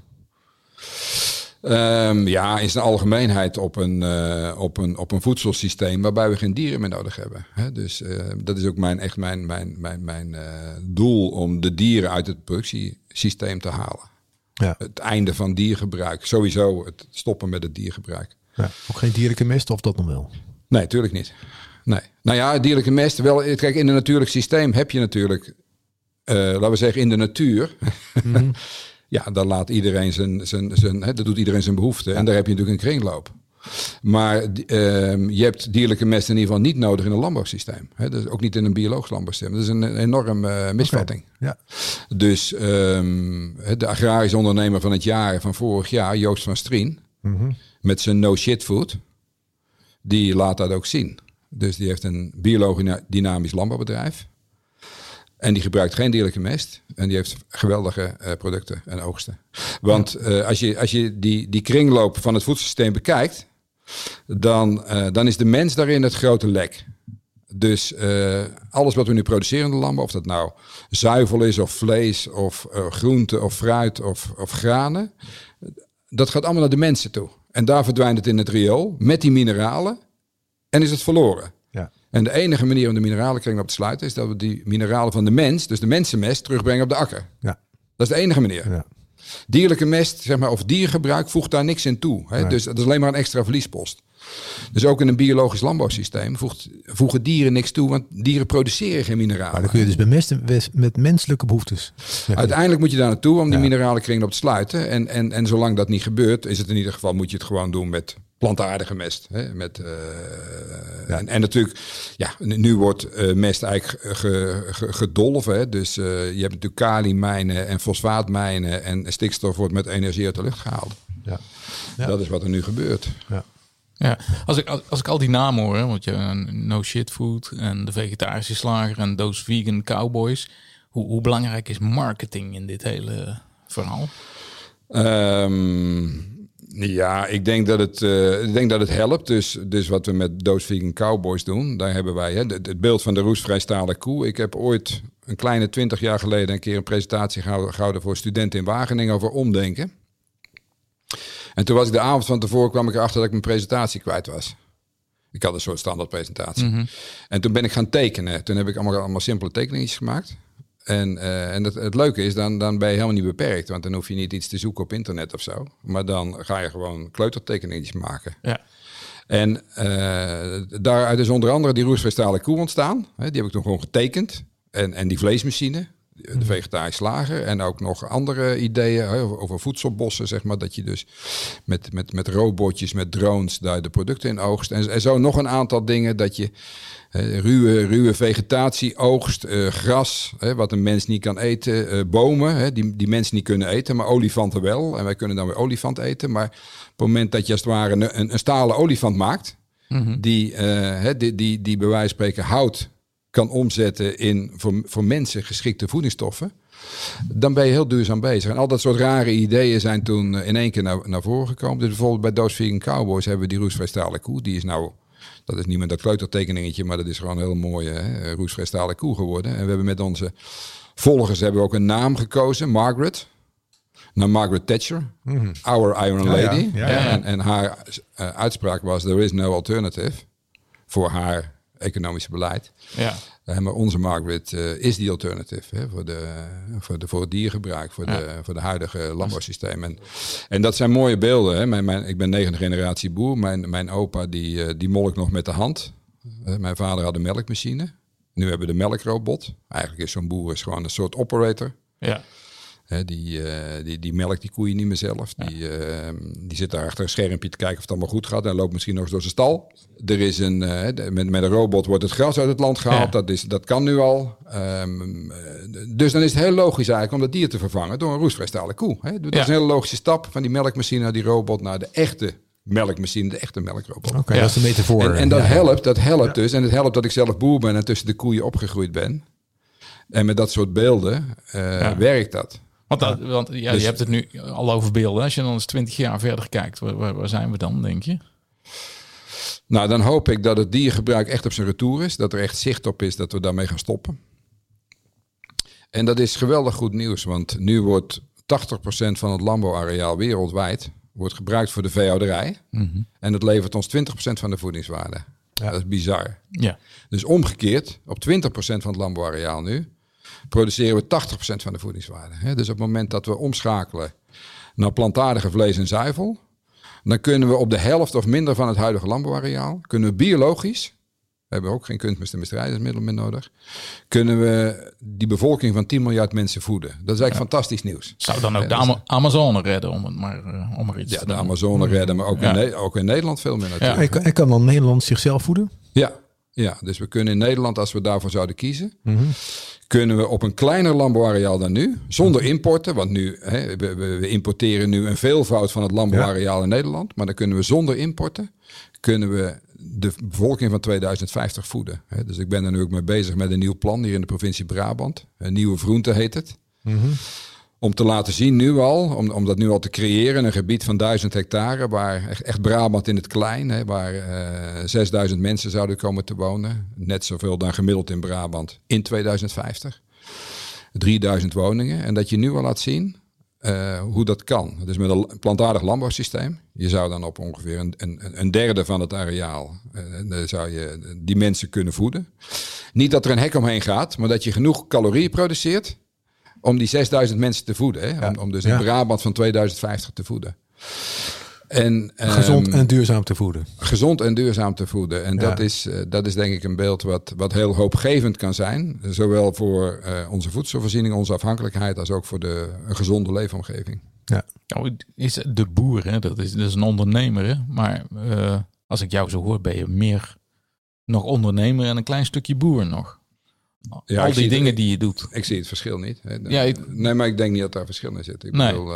In zijn algemeenheid op een voedselsysteem waarbij we geen dieren meer nodig hebben. Hè? Dus dat is ook mijn doel om de dieren uit het productiesysteem te halen. Ja. Het einde van diergebruik. Sowieso het stoppen met het diergebruik. Ja. Ook geen dierlijke mest of dat nog wel? Nee, natuurlijk niet. Nee. Nou ja, dierlijke mest. Wel, kijk, in een natuurlijk systeem heb je natuurlijk, laten we zeggen, in de natuur. Ja, dan laat iedereen dat doet iedereen zijn behoefte. En daar heb je natuurlijk een kringloop. Maar je hebt dierlijke mest in ieder geval niet nodig in een landbouwsysteem. Hè? Dus ook niet in een biologisch landbouwsysteem. Dat is een enorme misvatting. Okay. Ja. Dus de agrarische ondernemer van het jaar, van vorig jaar, Joost van Strien, met zijn no shit food, die laat dat ook zien. Dus die heeft een biologisch dynamisch landbouwbedrijf. En die gebruikt geen dierlijke mest. En die heeft geweldige producten en oogsten. Want als je die kringloop van het voedselsysteem bekijkt, dan is de mens daarin het grote lek. Dus alles wat we nu produceren in de landbouw, of dat nou zuivel is of vlees of groente of fruit of granen, dat gaat allemaal naar de mensen toe. En daar verdwijnt het in het riool met die mineralen en is het verloren. Ja. En de enige manier om de mineraalenkringloop te sluiten is dat we die mineralen van de mens, dus de mensenmest, terugbrengen op de akker. Ja. Dat is de enige manier. Ja. Dierlijke mest, zeg maar, of diergebruik voegt daar niks in toe. Hè? Nee. Dus dat is alleen maar een extra verliespost. Dus ook in een biologisch landbouwsysteem voegen dieren niks toe, want dieren produceren geen mineralen. Maar dan kun je dus bemesten met menselijke behoeftes. Ja. Uiteindelijk moet je daar naartoe om die mineralenkringloop te sluiten. En zolang dat niet gebeurt, is het in ieder geval, moet je het gewoon doen met plantaardige mest. Hè, en natuurlijk, nu wordt mest eigenlijk gedolven. Hè, dus je hebt natuurlijk kaliummijnen en fosfaatmijnen en stikstof wordt met energie uit de lucht gehaald. Ja. Dat is wat er nu gebeurt. Ja. Ja, als ik al die namen hoor, want je No Shit Food en de vegetarische slager en those vegan cowboys. Hoe belangrijk is marketing in dit hele verhaal? Ja, ik denk dat het helpt. Dus wat we met those vegan cowboys doen, daar hebben wij het beeld van de roestvrij stalen koe. Ik heb ooit een kleine 20 jaar geleden een keer een presentatie gehouden voor studenten in Wageningen over omdenken. En toen was ik de avond van tevoren, kwam ik erachter dat ik mijn presentatie kwijt was. Ik had een soort standaard presentatie. Mm-hmm. En toen ben ik gaan tekenen. Toen heb ik allemaal simpele tekeningetjes gemaakt. En het leuke is, dan ben je helemaal niet beperkt. Want dan hoef je niet iets te zoeken op internet of zo. Maar dan ga je gewoon kleutertekeningetjes maken. Ja. En daaruit is onder andere die roestvrij stalen koe ontstaan. Die heb ik toen gewoon getekend. En die vleesmachine. De vegetarische slager en ook nog andere ideeën over voedselbossen, zeg maar. Dat je dus met robotjes, met drones daar de producten in oogst. En zo nog een aantal dingen dat je ruwe vegetatie oogst, gras, wat een mens niet kan eten, bomen, die mensen niet kunnen eten, maar olifanten wel. En wij kunnen dan weer olifant eten. Maar op het moment dat je als het ware een stalen olifant maakt, die bij wijze van spreken hout kan omzetten in voor mensen geschikte voedingsstoffen, dan ben je heel duurzaam bezig. En al dat soort rare ideeën zijn toen in één keer naar voren gekomen. Dus bijvoorbeeld bij those vegan cowboys hebben we die roestvrij stalen koe. Die is nou, dat is niet meer dat kleutertekeningetje, maar dat is gewoon een heel mooie roestvrij stalen koe geworden. En we hebben met onze volgers hebben we ook een naam gekozen, Margaret. Naar Margaret Thatcher, Our Iron Lady. Ja. En haar uitspraak was, there is no alternative voor haar economische beleid. Ja. Maar onze Margaret is die alternative voor het diergebruik, voor de huidige landbouwsysteem. En dat zijn mooie beelden. Hè. Ik ben 9e generatie boer. Mijn opa die molk nog met de hand. Mijn vader had een melkmachine. Nu hebben we de melkrobot. Eigenlijk is zo'n boer gewoon een soort operator. Ja. Die melkt die koeien niet meer zelf. Ja. Die zit daar achter een schermpje te kijken of het allemaal goed gaat. En loopt misschien nog eens door zijn stal. Er is met een robot wordt het gras uit het land gehaald. Ja. Dat kan nu al. Dus dan is het heel logisch eigenlijk om dat dier te vervangen door een roestvrij stalen koe. Dat is een hele logische stap van die melkmachine naar die robot naar de echte melkmachine, de echte melkrobot. Oké, dat is de metafoor. En dat helpt dus. En het helpt dat ik zelf boer ben en tussen de koeien opgegroeid ben. En met dat soort beelden werkt dat. Want je hebt het nu al over beelden. Als je dan eens 20 jaar verder kijkt, waar zijn we dan, denk je? Nou, dan hoop ik dat het diergebruik echt op zijn retour is. Dat er echt zicht op is dat we daarmee gaan stoppen. En dat is geweldig goed nieuws. Want nu wordt 80% van het landbouwareaal wereldwijd wordt gebruikt voor de veehouderij. Mm-hmm. En dat levert ons 20% van de voedingswaarde. Ja. Dat is bizar. Ja. Dus omgekeerd, op 20% van het landbouwareaal nu produceren we 80% van de voedingswaarde. Dus op het moment dat we omschakelen naar plantaardige vlees en zuivel, dan kunnen we op de helft of minder van het huidige landbouwareaal, kunnen we biologisch, we hebben ook geen kunstmest en bestrijdingsmiddelen meer nodig, kunnen we die bevolking van 10 miljard mensen voeden. Dat is eigenlijk fantastisch nieuws. Zou dan ook de Amazone redden, om maar iets te doen. De Amazone redden, maar ook in Nederland veel meer natuurlijk. Ja. En kan dan Nederland zichzelf voeden? Ja, dus we kunnen in Nederland, als we daarvoor zouden kiezen, kunnen we op een kleiner landbouwareaal dan nu, zonder importen, want nu we importeren nu een veelvoud van het landbouwareaal in Nederland, maar dan kunnen we zonder importen, kunnen we de bevolking van 2050 voeden. Dus ik ben er nu ook mee bezig met een nieuw plan hier in de provincie Brabant. Een nieuwe groente heet het. Mm-hmm. Om te laten zien nu al, om dat nu al te creëren, een gebied van 1000 hectare, waar echt Brabant in het klein, waar 6000 mensen zouden komen te wonen. Net zoveel dan gemiddeld in Brabant in 2050. 3000 woningen. En dat je nu al laat zien hoe dat kan. Dus met een plantaardig landbouwsysteem. Je zou dan op ongeveer een derde van het areaal zou je die mensen kunnen voeden. Niet dat er een hek omheen gaat, maar dat je genoeg calorieën produceert om die 6000 mensen te voeden. Om dus in Brabant van 2050 te voeden. En, gezond en duurzaam te voeden. Gezond en duurzaam te voeden. En dat is denk ik een beeld wat heel hoopgevend kan zijn. Zowel voor onze voedselvoorziening, onze afhankelijkheid, als ook voor een gezonde leefomgeving. Ja. Nou, is de boer, hè? Dat is een ondernemer. Hè? Maar als ik jou zo hoor, ben je meer nog ondernemer en een klein stukje boer nog. Ja, al die dingen die je doet. Ik zie het verschil niet. Hè. Ja, nee, maar ik denk niet dat daar verschil in zit. Ik bedoel,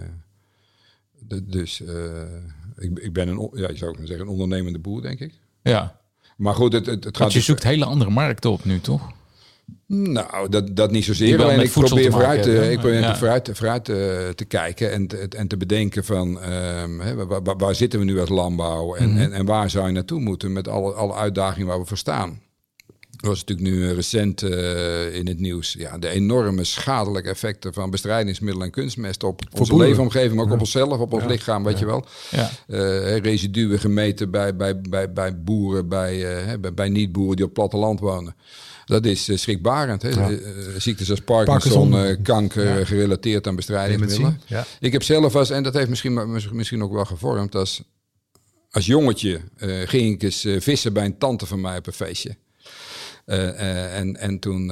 ik ben je zou kunnen zeggen, een ondernemende boer, denk ik. Ja. Maar goed, het gaat... Want je zoekt hele andere markten op nu, toch? Nou, dat niet zozeer. Alleen ik probeer vooruit te kijken en te bedenken van waar zitten we nu als landbouw en waar zou je naartoe moeten met alle uitdagingen waar we voor staan. Er was natuurlijk nu recent in het nieuws de enorme schadelijke effecten van bestrijdingsmiddelen en kunstmest op onze leefomgeving, ook op onszelf, op ons lichaam, weet je wel. Ja. Residuen gemeten bij boeren, bij niet-boeren die op het platteland wonen. Dat is schrikbarend. Hè? Ja. Ziektes als Parkinson, kanker gerelateerd aan bestrijdingsmiddelen. Ja. Ik heb zelf en dat heeft misschien ook wel gevormd, als jongetje ging ik eens vissen bij een tante van mij op een feestje. En toen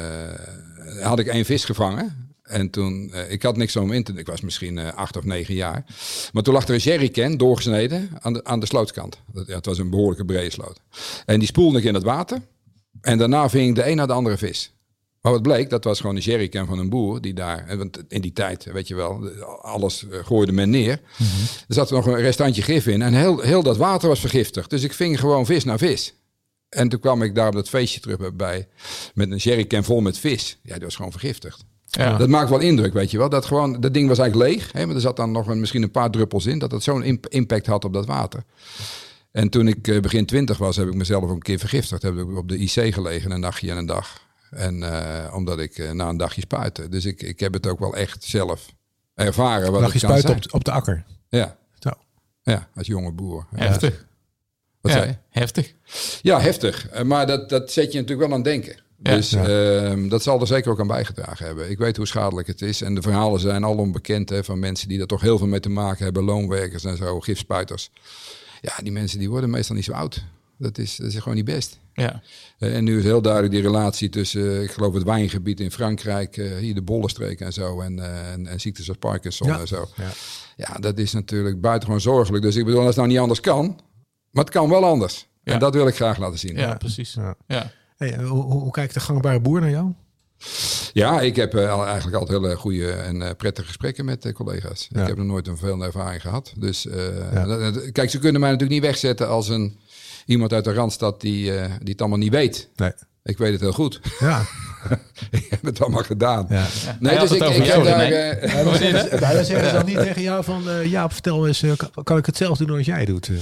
had ik 1 vis gevangen. En toen, ik had niks om in te... Ik was misschien 8 of 9 jaar. Maar toen lag er een jerrycan doorgesneden aan de slootskant. Het was een behoorlijke brede sloot. En die spoelde ik in het water. En daarna ving ik de een naar de andere vis. Maar wat bleek, dat was gewoon een jerrycan van een boer die daar... Want in die tijd, weet je wel, alles gooide men neer. Mm-hmm. Er zat nog een restantje gif in. En heel dat water was vergiftigd. Dus ik ving gewoon vis naar vis. En toen kwam ik daar op dat feestje terug bij met een jerrycan vol met vis. Ja, die was gewoon vergiftigd. Ja. Dat maakt wel indruk, weet je wel. Dat ding was eigenlijk leeg. Hè, maar er zat dan nog misschien een paar druppels in. Dat het zo'n impact had op dat water. En toen ik begin 20 was, heb ik mezelf ook een keer vergiftigd. Heb ik op de IC gelegen, een nachtje en een dag. En omdat ik na een dagje spuitte. Dus ik heb het ook wel echt zelf ervaren. Wat dagje spuiten op de akker? Ja. Zo. Ja, als jonge boer. Heftig. Wat zei je? Heftig. Ja, heftig. Maar dat zet je natuurlijk wel aan het denken. Ja. Dus dat zal er zeker ook aan bijgedragen hebben. Ik weet hoe schadelijk het is. En de verhalen zijn alom bekend van mensen die er toch heel veel mee te maken hebben. Loonwerkers en zo, gifspuiters. Ja, die mensen die worden meestal niet zo oud. Dat is gewoon niet best. Ja. En nu is heel duidelijk die relatie tussen, ik geloof het wijngebied in Frankrijk, hier de Bollenstreek en zo. En ziektes als Parkinson en zo. Ja, dat is natuurlijk buitengewoon zorgelijk. Dus ik bedoel, als het nou niet anders kan... Maar het kan wel anders. Ja. En dat wil ik graag laten zien. Ja, precies. Ja. Hey, hoe kijkt de gangbare boer naar jou? Ja, ik heb eigenlijk altijd hele goede en prettige gesprekken met collega's. Ja. Ik heb nog nooit een vervelende ervaring gehad. Dus kijk, ze kunnen mij natuurlijk niet wegzetten als iemand uit de Randstad die het allemaal niet weet. Nee. Ik weet het heel goed. Ja. Ik heb het allemaal gedaan. Ja. Nee, dus ik heb daar... Dan zeggen ze dan niet tegen jou van... Jaap, vertel eens, kan ik het zelf doen als jij doet?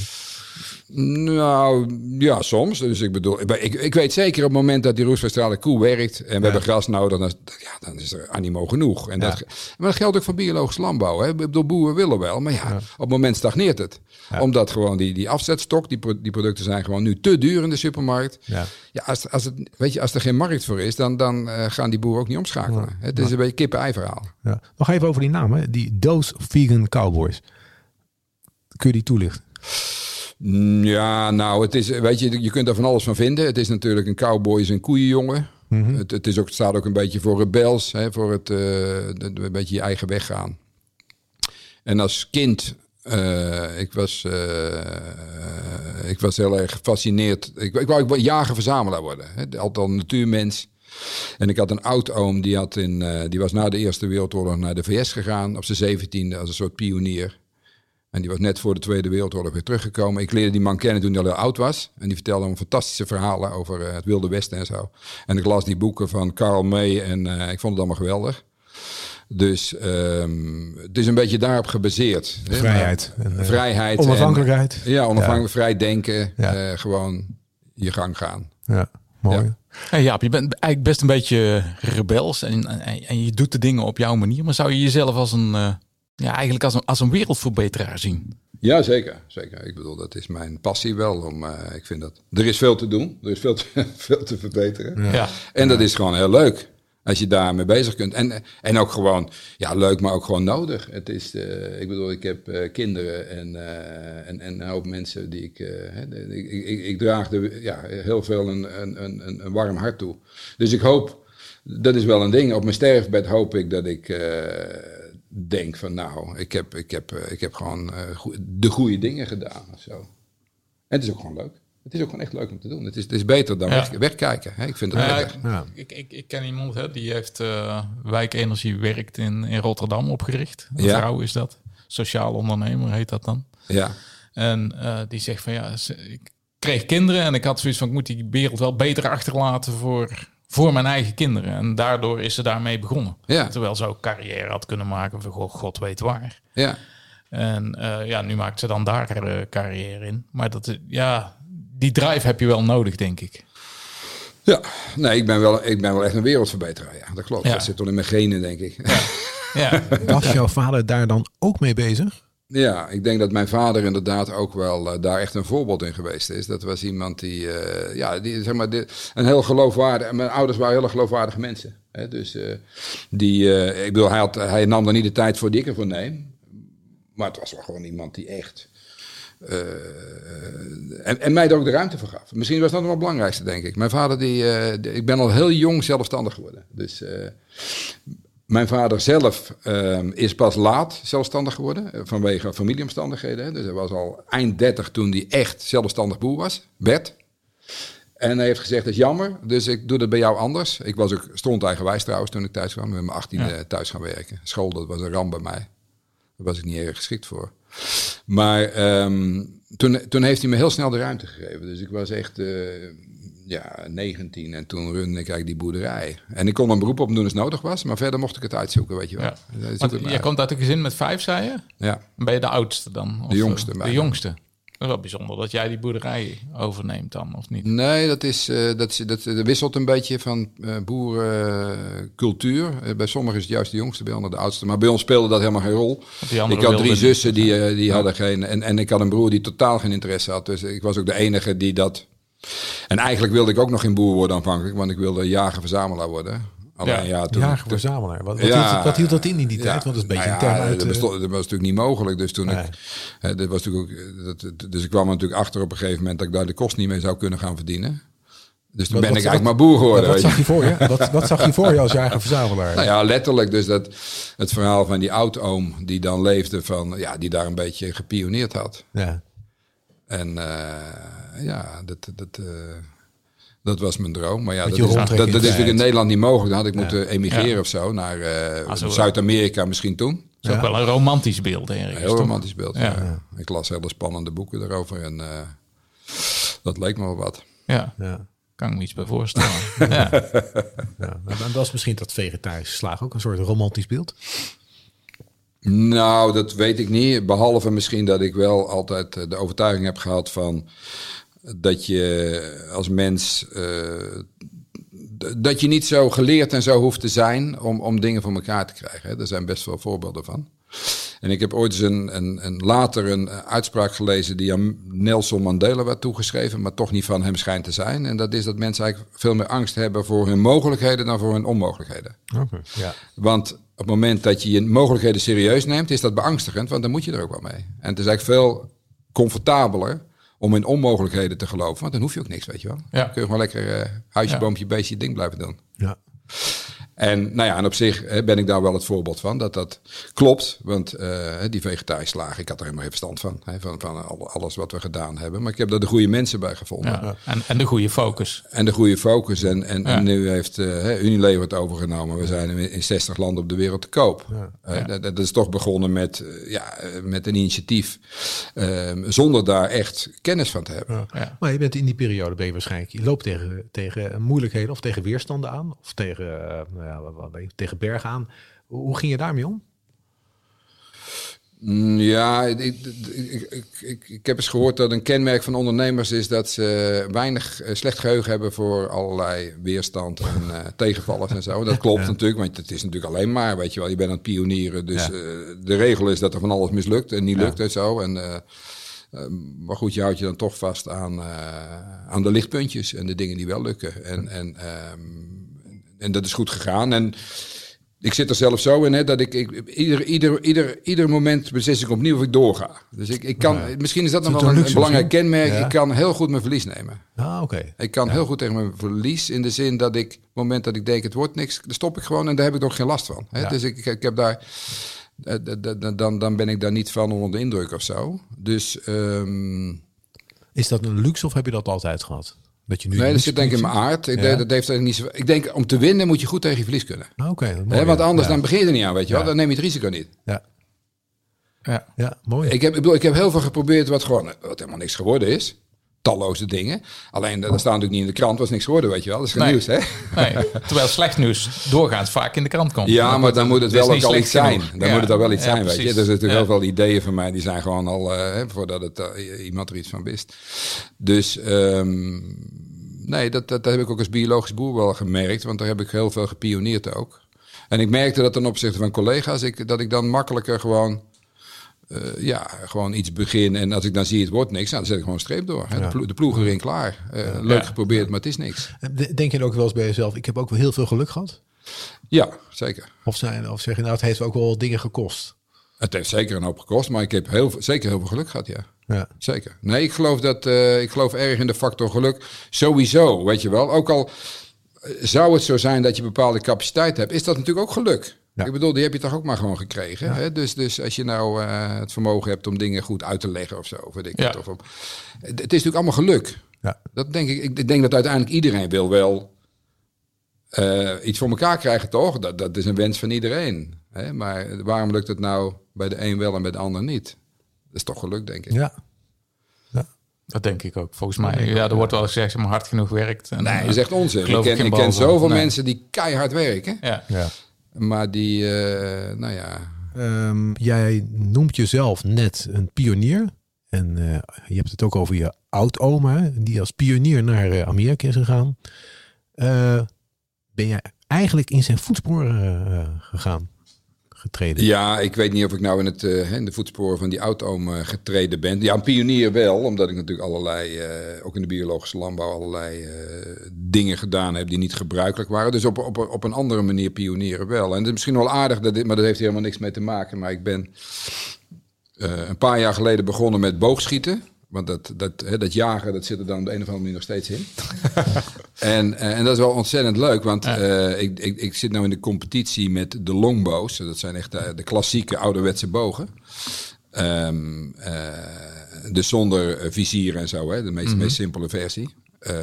Nou, ja, soms. Dus ik bedoel, ik weet zeker op het moment dat die roestverstraalde koe werkt en we hebben gras nodig, dan is er animo genoeg. En maar dat geldt ook voor biologisch landbouw. Hè. Ik bedoel, boeren willen wel, maar op het moment stagneert het. Ja. Omdat gewoon die afzetstok, die producten zijn gewoon nu te duur in de supermarkt. Ja, als er geen markt voor is, dan gaan die boeren ook niet omschakelen. Ja. Het is een beetje kip-ei verhaal. Ja. Nog even over die naam, hè. Die Those Vegan Cowboys. Kun je die toelichten? Ja, nou, het is, weet je kunt er van alles van vinden. Het is natuurlijk een cowboy, is een koeienjongen. Mm-hmm. Het staat ook een beetje voor rebels, hè, voor het een beetje je eigen weg gaan. En als kind, ik was heel erg gefascineerd. Ik wou jager-verzamelaar worden. Hè, altijd een natuurmens. En ik had een oud-oom, die was na de Eerste Wereldoorlog naar de VS gegaan. Op zijn 17e als een soort pionier. En die was net voor de Tweede Wereldoorlog weer teruggekomen. Ik leerde die man kennen toen hij al heel oud was. En die vertelde hem fantastische verhalen over het Wilde Westen en zo. En ik las die boeken van Karl May en ik vond het allemaal geweldig. Dus het is een beetje daarop gebaseerd. Vrijheid. Vrijheid. Onafhankelijkheid. Vrij denken. Gewoon je gang gaan. Ja, mooi. Ja. Hey Jaap, je bent eigenlijk best een beetje rebels. En je doet de dingen op jouw manier. Maar zou je jezelf als als een wereldverbeteraar zien? Ja, zeker. Ik bedoel, dat is mijn passie wel. Ik vind dat er is veel te doen. Er is veel te verbeteren. Ja. En dat is gewoon heel leuk. Als je daarmee bezig kunt. En ook gewoon, ja, leuk, maar ook gewoon nodig. Het is, ik bedoel, ik heb kinderen en een hoop mensen die ik draag heel veel een warm hart toe. Dus ik hoop, dat is wel een ding. Op mijn sterfbed hoop ik dat ik denk van nou, ik heb gewoon de goede dingen gedaan of zo. En het is ook gewoon leuk. Het is ook gewoon echt leuk om te doen. Het is beter dan wegkijken. Hè? Ik vind het lekker. Ja. Ik ken iemand, die heeft Wijkenergie werkt in Rotterdam opgericht. Een vrouw is dat. Sociaal ondernemer heet dat dan. Ja. En die zegt van ik kreeg kinderen en ik had zoiets van ik moet die wereld wel beter achterlaten voor mijn eigen kinderen. En daardoor is ze daarmee begonnen. Ja. Terwijl ze ook carrière had kunnen maken voor God weet waar. Ja. En nu maakt ze dan daar carrière in. Maar die drive heb je wel nodig, denk ik. Ja, nee, ik ben wel echt een wereldverbeteraar. Ja, dat klopt. Ja. Dat zit toch in mijn genen, denk ik. Ja. Was jouw vader daar dan ook mee bezig? Ja, ik denk dat mijn vader inderdaad ook wel daar echt een voorbeeld in geweest is. Dat was iemand die een heel geloofwaardig. Mijn ouders waren hele geloofwaardige mensen. Hè? Dus ik bedoel, hij nam er niet de tijd voor die ik ervoor neem. Maar het was wel gewoon iemand die echt. En mij er ook de ruimte voor gaf. Misschien was dat nog wel het belangrijkste, denk ik. Mijn vader, ik ben al heel jong zelfstandig geworden. Dus mijn vader zelf is pas laat zelfstandig geworden. Vanwege familieomstandigheden. Hè. Dus hij was al eind 30 toen hij echt zelfstandig boer was. Bert. En hij heeft gezegd, dat is jammer. Dus ik doe dat bij jou anders. Ik was ook stondeigenwijs trouwens toen ik thuis kwam. Met mijn 18e thuis gaan werken. School, dat was een ramp bij mij. Daar was ik niet erg geschikt voor. Maar toen heeft hij me heel snel de ruimte gegeven. Dus ik was echt 19 en toen runde ik eigenlijk die boerderij. En ik kon een beroep op doen als nodig was, maar verder mocht ik het uitzoeken, weet je wel. Ja. Want jij komt uit een gezin met 5, zei je? Ja. Ben je de oudste dan? Of de jongste. De jongste. Dat is wel bijzonder dat jij die boerderij overneemt dan, of niet? Nee, dat wisselt een beetje van boerencultuur. Bij sommigen is het juist de jongste, bij anderen de oudste. Maar bij ons speelde dat helemaal geen rol. Ik had 3 zussen die hadden geen... En ik had een broer die totaal geen interesse had. Dus ik was ook de enige die dat... En eigenlijk wilde ik ook nog geen boer worden aanvankelijk, want ik wilde jager-verzamelaar worden. Alleen, jager-verzamelaar. Wat hield dat in die tijd? Want dat is een beetje een term uit... Dat was natuurlijk niet mogelijk. Dus toen dus ik kwam er natuurlijk achter op een gegeven moment dat ik daar de kost niet mee zou kunnen gaan verdienen. Dus toen ben ik eigenlijk maar boer geworden. Wat zag je voor je? Wat zag je voor je als jager-verzamelaar? Nou ja, letterlijk. Dus het verhaal van die oudoom die dan leefde die daar een beetje gepioneerd had. Ja. En dat was mijn droom. Maar ja, dat is natuurlijk in Nederland niet mogelijk. Dan had ik moeten emigreren of zo naar Zuid-Amerika misschien toen. Dat is ook wel een romantisch beeld. Een heel romantisch beeld, ja. Ik las hele spannende boeken daarover en dat leek me wel wat. Ja. Kan ik me iets bij voorstellen. Dan was misschien dat vegetarische slaag ook een soort romantisch beeld? Nou, dat weet ik niet. Behalve misschien dat ik wel altijd de overtuiging heb gehad van... dat je als mens... dat je niet zo geleerd en zo hoeft te zijn om dingen voor elkaar te krijgen. Hè. Er zijn best wel voorbeelden van. En ik heb ooit eens later een uitspraak gelezen die aan Nelson Mandela werd toegeschreven, maar toch niet van hem schijnt te zijn. En dat is dat mensen eigenlijk veel meer angst hebben voor hun mogelijkheden dan voor hun onmogelijkheden. Okay, ja. Want op het moment dat je je mogelijkheden serieus neemt, is dat beangstigend, want dan moet je er ook wel mee. En het is eigenlijk veel comfortabeler om in onmogelijkheden te geloven, want dan hoef je ook niks, weet je wel. Ja. Dan kun je gewoon lekker huisje, boompje, beestje, ding blijven doen. Ja. En op zich ben ik daar wel het voorbeeld van, dat klopt. Want die vegetarische slagen, ik had er helemaal geen verstand van. Van alles wat we gedaan hebben. Maar ik heb daar de goede mensen bij gevonden. Ja. En de goede focus. En de goede focus. En nu heeft Unilever het overgenomen. We zijn in 60 landen op de wereld te koop. Ja. Dat is toch begonnen met een initiatief. Zonder daar echt kennis van te hebben. Ja. Maar je bent in die periode je loopt tegen moeilijkheden of tegen weerstanden aan. Of tegen bergen aan. Hoe ging je daarmee om? Ja, ik heb eens gehoord dat een kenmerk van ondernemers is dat ze weinig slecht geheugen hebben voor allerlei weerstand en tegenvallen en zo. Dat klopt natuurlijk, want het is natuurlijk alleen maar, weet je wel, je bent aan het pionieren. Dus de regel is dat er van alles mislukt en niet lukt en zo. Maar goed, je houdt je dan toch vast aan de lichtpuntjes en de dingen die wel lukken. En dat is goed gegaan. En ik zit er zelf zo in, hè, dat ik ieder moment beslis ik opnieuw of ik doorga. Dus ik kan, misschien is dat nog wel een belangrijk kenmerk. Ja. Ik kan heel goed mijn verlies nemen. Ik kan heel goed tegen mijn verlies, in de zin dat ik, op het moment dat ik denk het wordt niks, dan stop ik gewoon en daar heb ik nog geen last van. Hè? Ja. Dus ik heb daar, dan ben ik daar niet van onder de indruk of zo. Dus is dat een luxe of heb je dat altijd gehad? Dat je nu dat zit denk ik in mijn aard. Dat heeft niet zo, ik denk, om te winnen moet je goed tegen je verlies kunnen. Want anders dan begin je er niet aan, weet je wel. Dan neem je het risico niet. Ja, mooi. Ik heb heel veel geprobeerd wat helemaal niks geworden is. Talloze dingen. Alleen, dat staat natuurlijk niet in de krant, was niks geworden, weet je wel. Dat is geen nieuws, hè? Nee, terwijl slecht nieuws doorgaans vaak in de krant komt. Ja, maar dan moet het wel ook al iets zijn. Dan moet het al wel iets zijn, weet je. Er zijn natuurlijk heel veel ideeën van mij, die zijn gewoon al, voordat iemand er iets van wist. Dus, dat heb ik ook als biologisch boer wel gemerkt, want daar heb ik heel veel gepioneerd ook. En ik merkte dat ten opzichte van collega's, dat ik dan makkelijker gewoon iets begin. En als ik dan zie het wordt niks, dan zet ik gewoon een streep door. Ja. De ploeg erin klaar. Leuk geprobeerd, maar het is niks. Denk je ook wel eens bij jezelf, ik heb ook wel heel veel geluk gehad? Ja, zeker. Of zeg je, het heeft ook wel dingen gekost? Het heeft zeker een hoop gekost, maar ik heb zeker heel veel geluk gehad, ja. Zeker. Nee, ik geloof erg in de factor geluk. Sowieso, weet je wel. Ook al zou het zo zijn dat je bepaalde capaciteit hebt, is dat natuurlijk ook geluk. Ja. Ik bedoel, die heb je toch ook maar gewoon gekregen. Ja. Hè? Dus als je nou het vermogen hebt om dingen goed uit te leggen of zo. Het is natuurlijk allemaal geluk. Ja. Dat denk ik. Ik denk dat uiteindelijk iedereen wil wel iets voor elkaar krijgen, toch? Dat is een wens van iedereen. Hè? Maar waarom lukt het nou bij de een wel en bij de ander niet? Dat is toch geluk, denk ik. Ja. Dat denk ik ook. Volgens mij, er wordt wel gezegd, maar hard genoeg werkt. En, nee, dat is echt onzin. Ik ken zoveel mensen die keihard werken. Ja. Maar die, jij noemt jezelf net een pionier. En je hebt het ook over je oud-oma, die als pionier naar Amerika is gegaan. Ben jij eigenlijk in zijn voetsporen getreden? Ja, ik weet niet of ik nou in de voetsporen van die oud-oom getreden ben. Ja, een pionier wel, omdat ik natuurlijk allerlei, ook in de biologische landbouw, allerlei dingen gedaan heb die niet gebruikelijk waren. Dus op een andere manier pionieren wel. En het is misschien wel aardig, maar dat heeft helemaal niks mee te maken. Maar ik ben een paar jaar geleden begonnen met boogschieten. Want dat jagen, dat zit er dan op de een of andere manier nog steeds in. en dat is wel ontzettend leuk, want ik zit nou in de competitie met de longbows. Dat zijn echt de klassieke ouderwetse bogen. Dus zonder vizier en zo, hè, de meest simpele versie.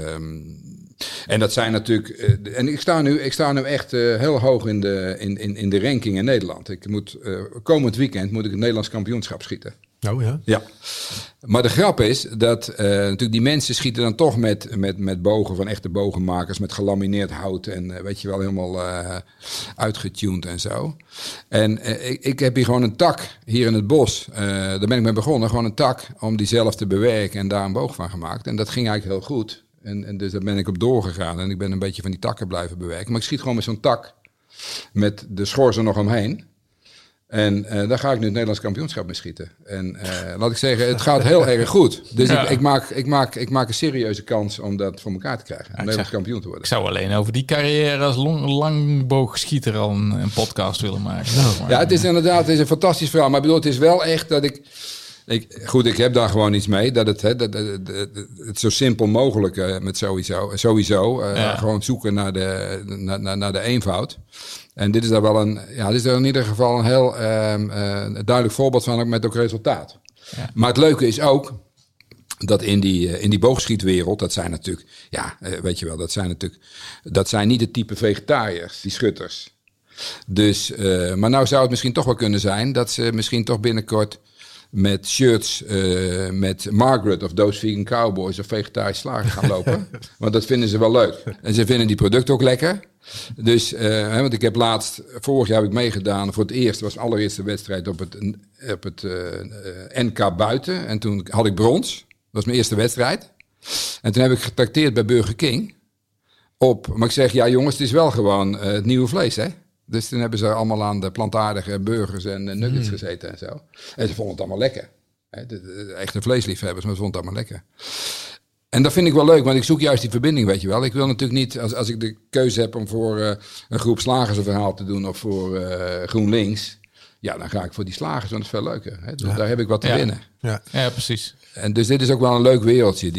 En dat zijn natuurlijk. En ik sta nu echt heel hoog in de ranking in Nederland. Komend weekend moet ik het Nederlands kampioenschap schieten. Oh ja? Ja. Maar de grap is dat natuurlijk die mensen schieten dan toch met bogen van echte bogenmakers, met gelamineerd hout en weet je wel, helemaal uitgetuned en zo. En ik heb hier gewoon een tak, hier in het bos, daar ben ik mee begonnen, gewoon een tak om die zelf te bewerken en daar een boog van gemaakt. En dat ging eigenlijk heel goed. En dus daar ben ik op doorgegaan en ik ben een beetje van die takken blijven bewerken. Maar ik schiet gewoon met zo'n tak, met de schors er nog omheen. En daar ga ik nu het Nederlands kampioenschap mee schieten. En laat ik zeggen, het gaat heel erg goed. Dus ik maak een serieuze kans om dat voor elkaar te krijgen. Om Nederlands kampioen te worden. Ik zou alleen over die carrière als langboogschieter al een podcast willen maken. Ja, het is inderdaad een fantastisch verhaal. Maar ik bedoel, het is wel echt dat ik heb daar gewoon iets mee. Dat het zo simpel mogelijk met sowieso gewoon zoeken naar de eenvoud. En dit is daar wel dit is er in ieder geval een heel duidelijk voorbeeld van, ook met ook resultaat. Ja. Maar het leuke is ook dat in die boogschietwereld, dat zijn natuurlijk, weet je wel, dat zijn niet het type vegetariërs, die schutters. Dus, maar nou zou het misschien toch wel kunnen zijn dat ze misschien toch binnenkort met shirts met Margaret of Those Vegan Cowboys of vegetarisch slager gaan lopen. Want dat vinden ze wel leuk. En ze vinden die producten ook lekker. Dus, want ik heb vorig jaar heb ik meegedaan voor het eerst, was mijn allereerste wedstrijd op het NK buiten. En toen had ik brons. Dat was mijn eerste wedstrijd. En toen heb ik getrakteerd bij Burger King. Maar ik zeg, ja jongens, het is wel gewoon het nieuwe vlees, hè. Dus toen hebben ze allemaal aan de plantaardige burgers en nuggets gezeten en zo. En ze vonden het allemaal lekker. Echte vleesliefhebbers, maar ze vonden het allemaal lekker. En dat vind ik wel leuk, want ik zoek juist die verbinding, weet je wel. Ik wil natuurlijk niet, als ik de keuze heb om voor een groep slagers een verhaal te doen of voor GroenLinks. Ja, dan ga ik voor die slagers, want dat is veel leuker. Hè? Dus daar heb ik wat te winnen. Ja, precies. En dus dit is ook wel een leuk wereldje,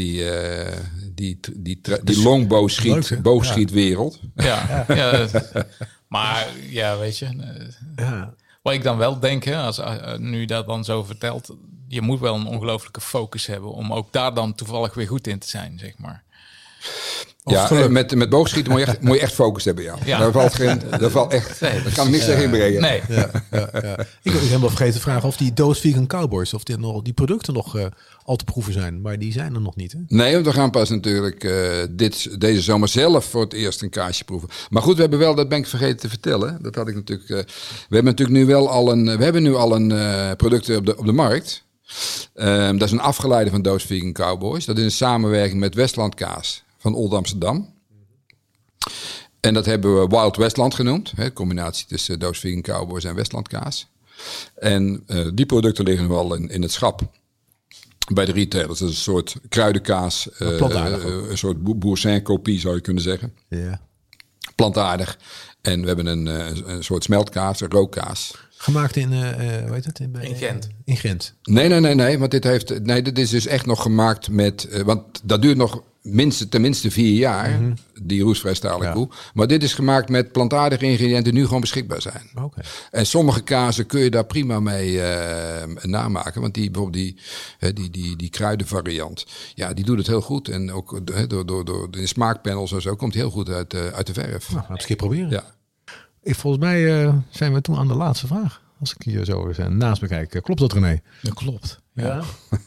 die longboogschietwereld. Ja. Maar ja, weet je. Wat ik dan wel denk, hè, als nu dat dan zo vertelt, je moet wel een ongelooflijke focus hebben om ook daar dan toevallig weer goed in te zijn, zeg maar. Met boogschieten moet je echt focus hebben, ja. Daar valt echt, daar kan ik niks tegen inbrengen. Nee. Ja. Ik heb helemaal vergeten te vragen of die Doos Vegan Cowboys, of die producten nog al te proeven zijn. Maar die zijn er nog niet, hè? Nee, want we gaan pas natuurlijk deze zomer zelf voor het eerst een kaasje proeven. Maar goed, we hebben wel, dat ben ik vergeten te vertellen. Dat had ik natuurlijk. We hebben natuurlijk nu wel al een product op de markt. Dat is een afgeleide van Doos Vegan Cowboys. Dat is een samenwerking met Westland Kaas van Old Amsterdam. En dat hebben we Wild Westland genoemd. Hè, combinatie tussen Doos Vegan Cowboys en Westland Kaas. En die producten liggen nu al in het schap bij de retailers. Dat is een soort kruidenkaas. Een soort boursin-kopie zou je kunnen zeggen. Ja. Plantaardig. En we hebben een soort smeltkaas, een rookkaas. Gemaakt in, hoe heet het? In Gent. In Gent. Nee, want dit is dus echt nog gemaakt met, want dat duurt nog tenminste 4 jaar, die roestvrij stalen koe. Maar dit is gemaakt met plantaardige ingrediënten die nu gewoon beschikbaar zijn. Okay. En sommige kazen kun je daar prima mee namaken. Want bijvoorbeeld die kruidenvariant, ja, die doet het heel goed. En ook door de smaakpanels en zo komt heel goed uit de verf. Nou, laten we eens een keer proberen. Ja. Volgens mij zijn we toen aan de laatste vraag. Als ik hier zo naast me kijk. Klopt dat, René? Dat klopt. Ja.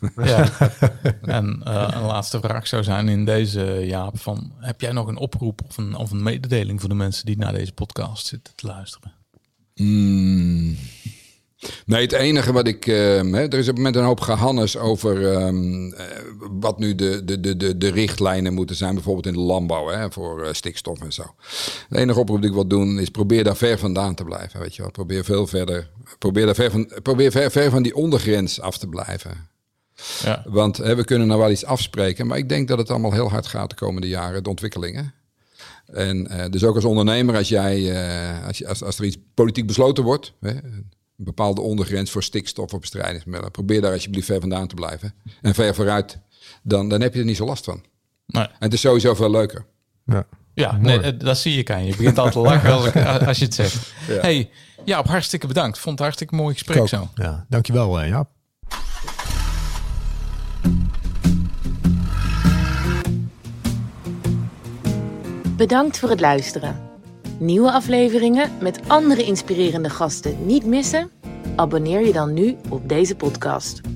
En een laatste vraag zou zijn in deze, Jaap. Heb jij nog een oproep of een mededeling voor de mensen die naar deze podcast zitten te luisteren? Nee, het enige wat ik... er is op het moment een hoop gehannes over wat nu de richtlijnen moeten zijn. Bijvoorbeeld in de landbouw, voor stikstof en zo. De enige oproep die ik wil doen is probeer daar ver vandaan te blijven. Weet je wel. Probeer ver van die ondergrens af te blijven. Ja. Want we kunnen nou wel iets afspreken. Maar ik denk dat het allemaal heel hard gaat de komende jaren, de ontwikkelingen. En dus ook als ondernemer, als er iets politiek besloten wordt... een bepaalde ondergrens voor stikstof of bestrijdingsmiddelen. Probeer daar alsjeblieft ver vandaan te blijven. En ver vooruit, dan heb je er niet zo last van. Nee. En het is sowieso veel leuker. Ja, nee, dat zie ik aan je. Je begint al te lachen als je het zegt. Ja. Hey, Jaap, hartstikke bedankt. Vond het een hartstikke mooi gesprek zo. Ja, dankjewel, Jaap. Bedankt voor het luisteren. Nieuwe afleveringen met andere inspirerende gasten niet missen? Abonneer je dan nu op deze podcast.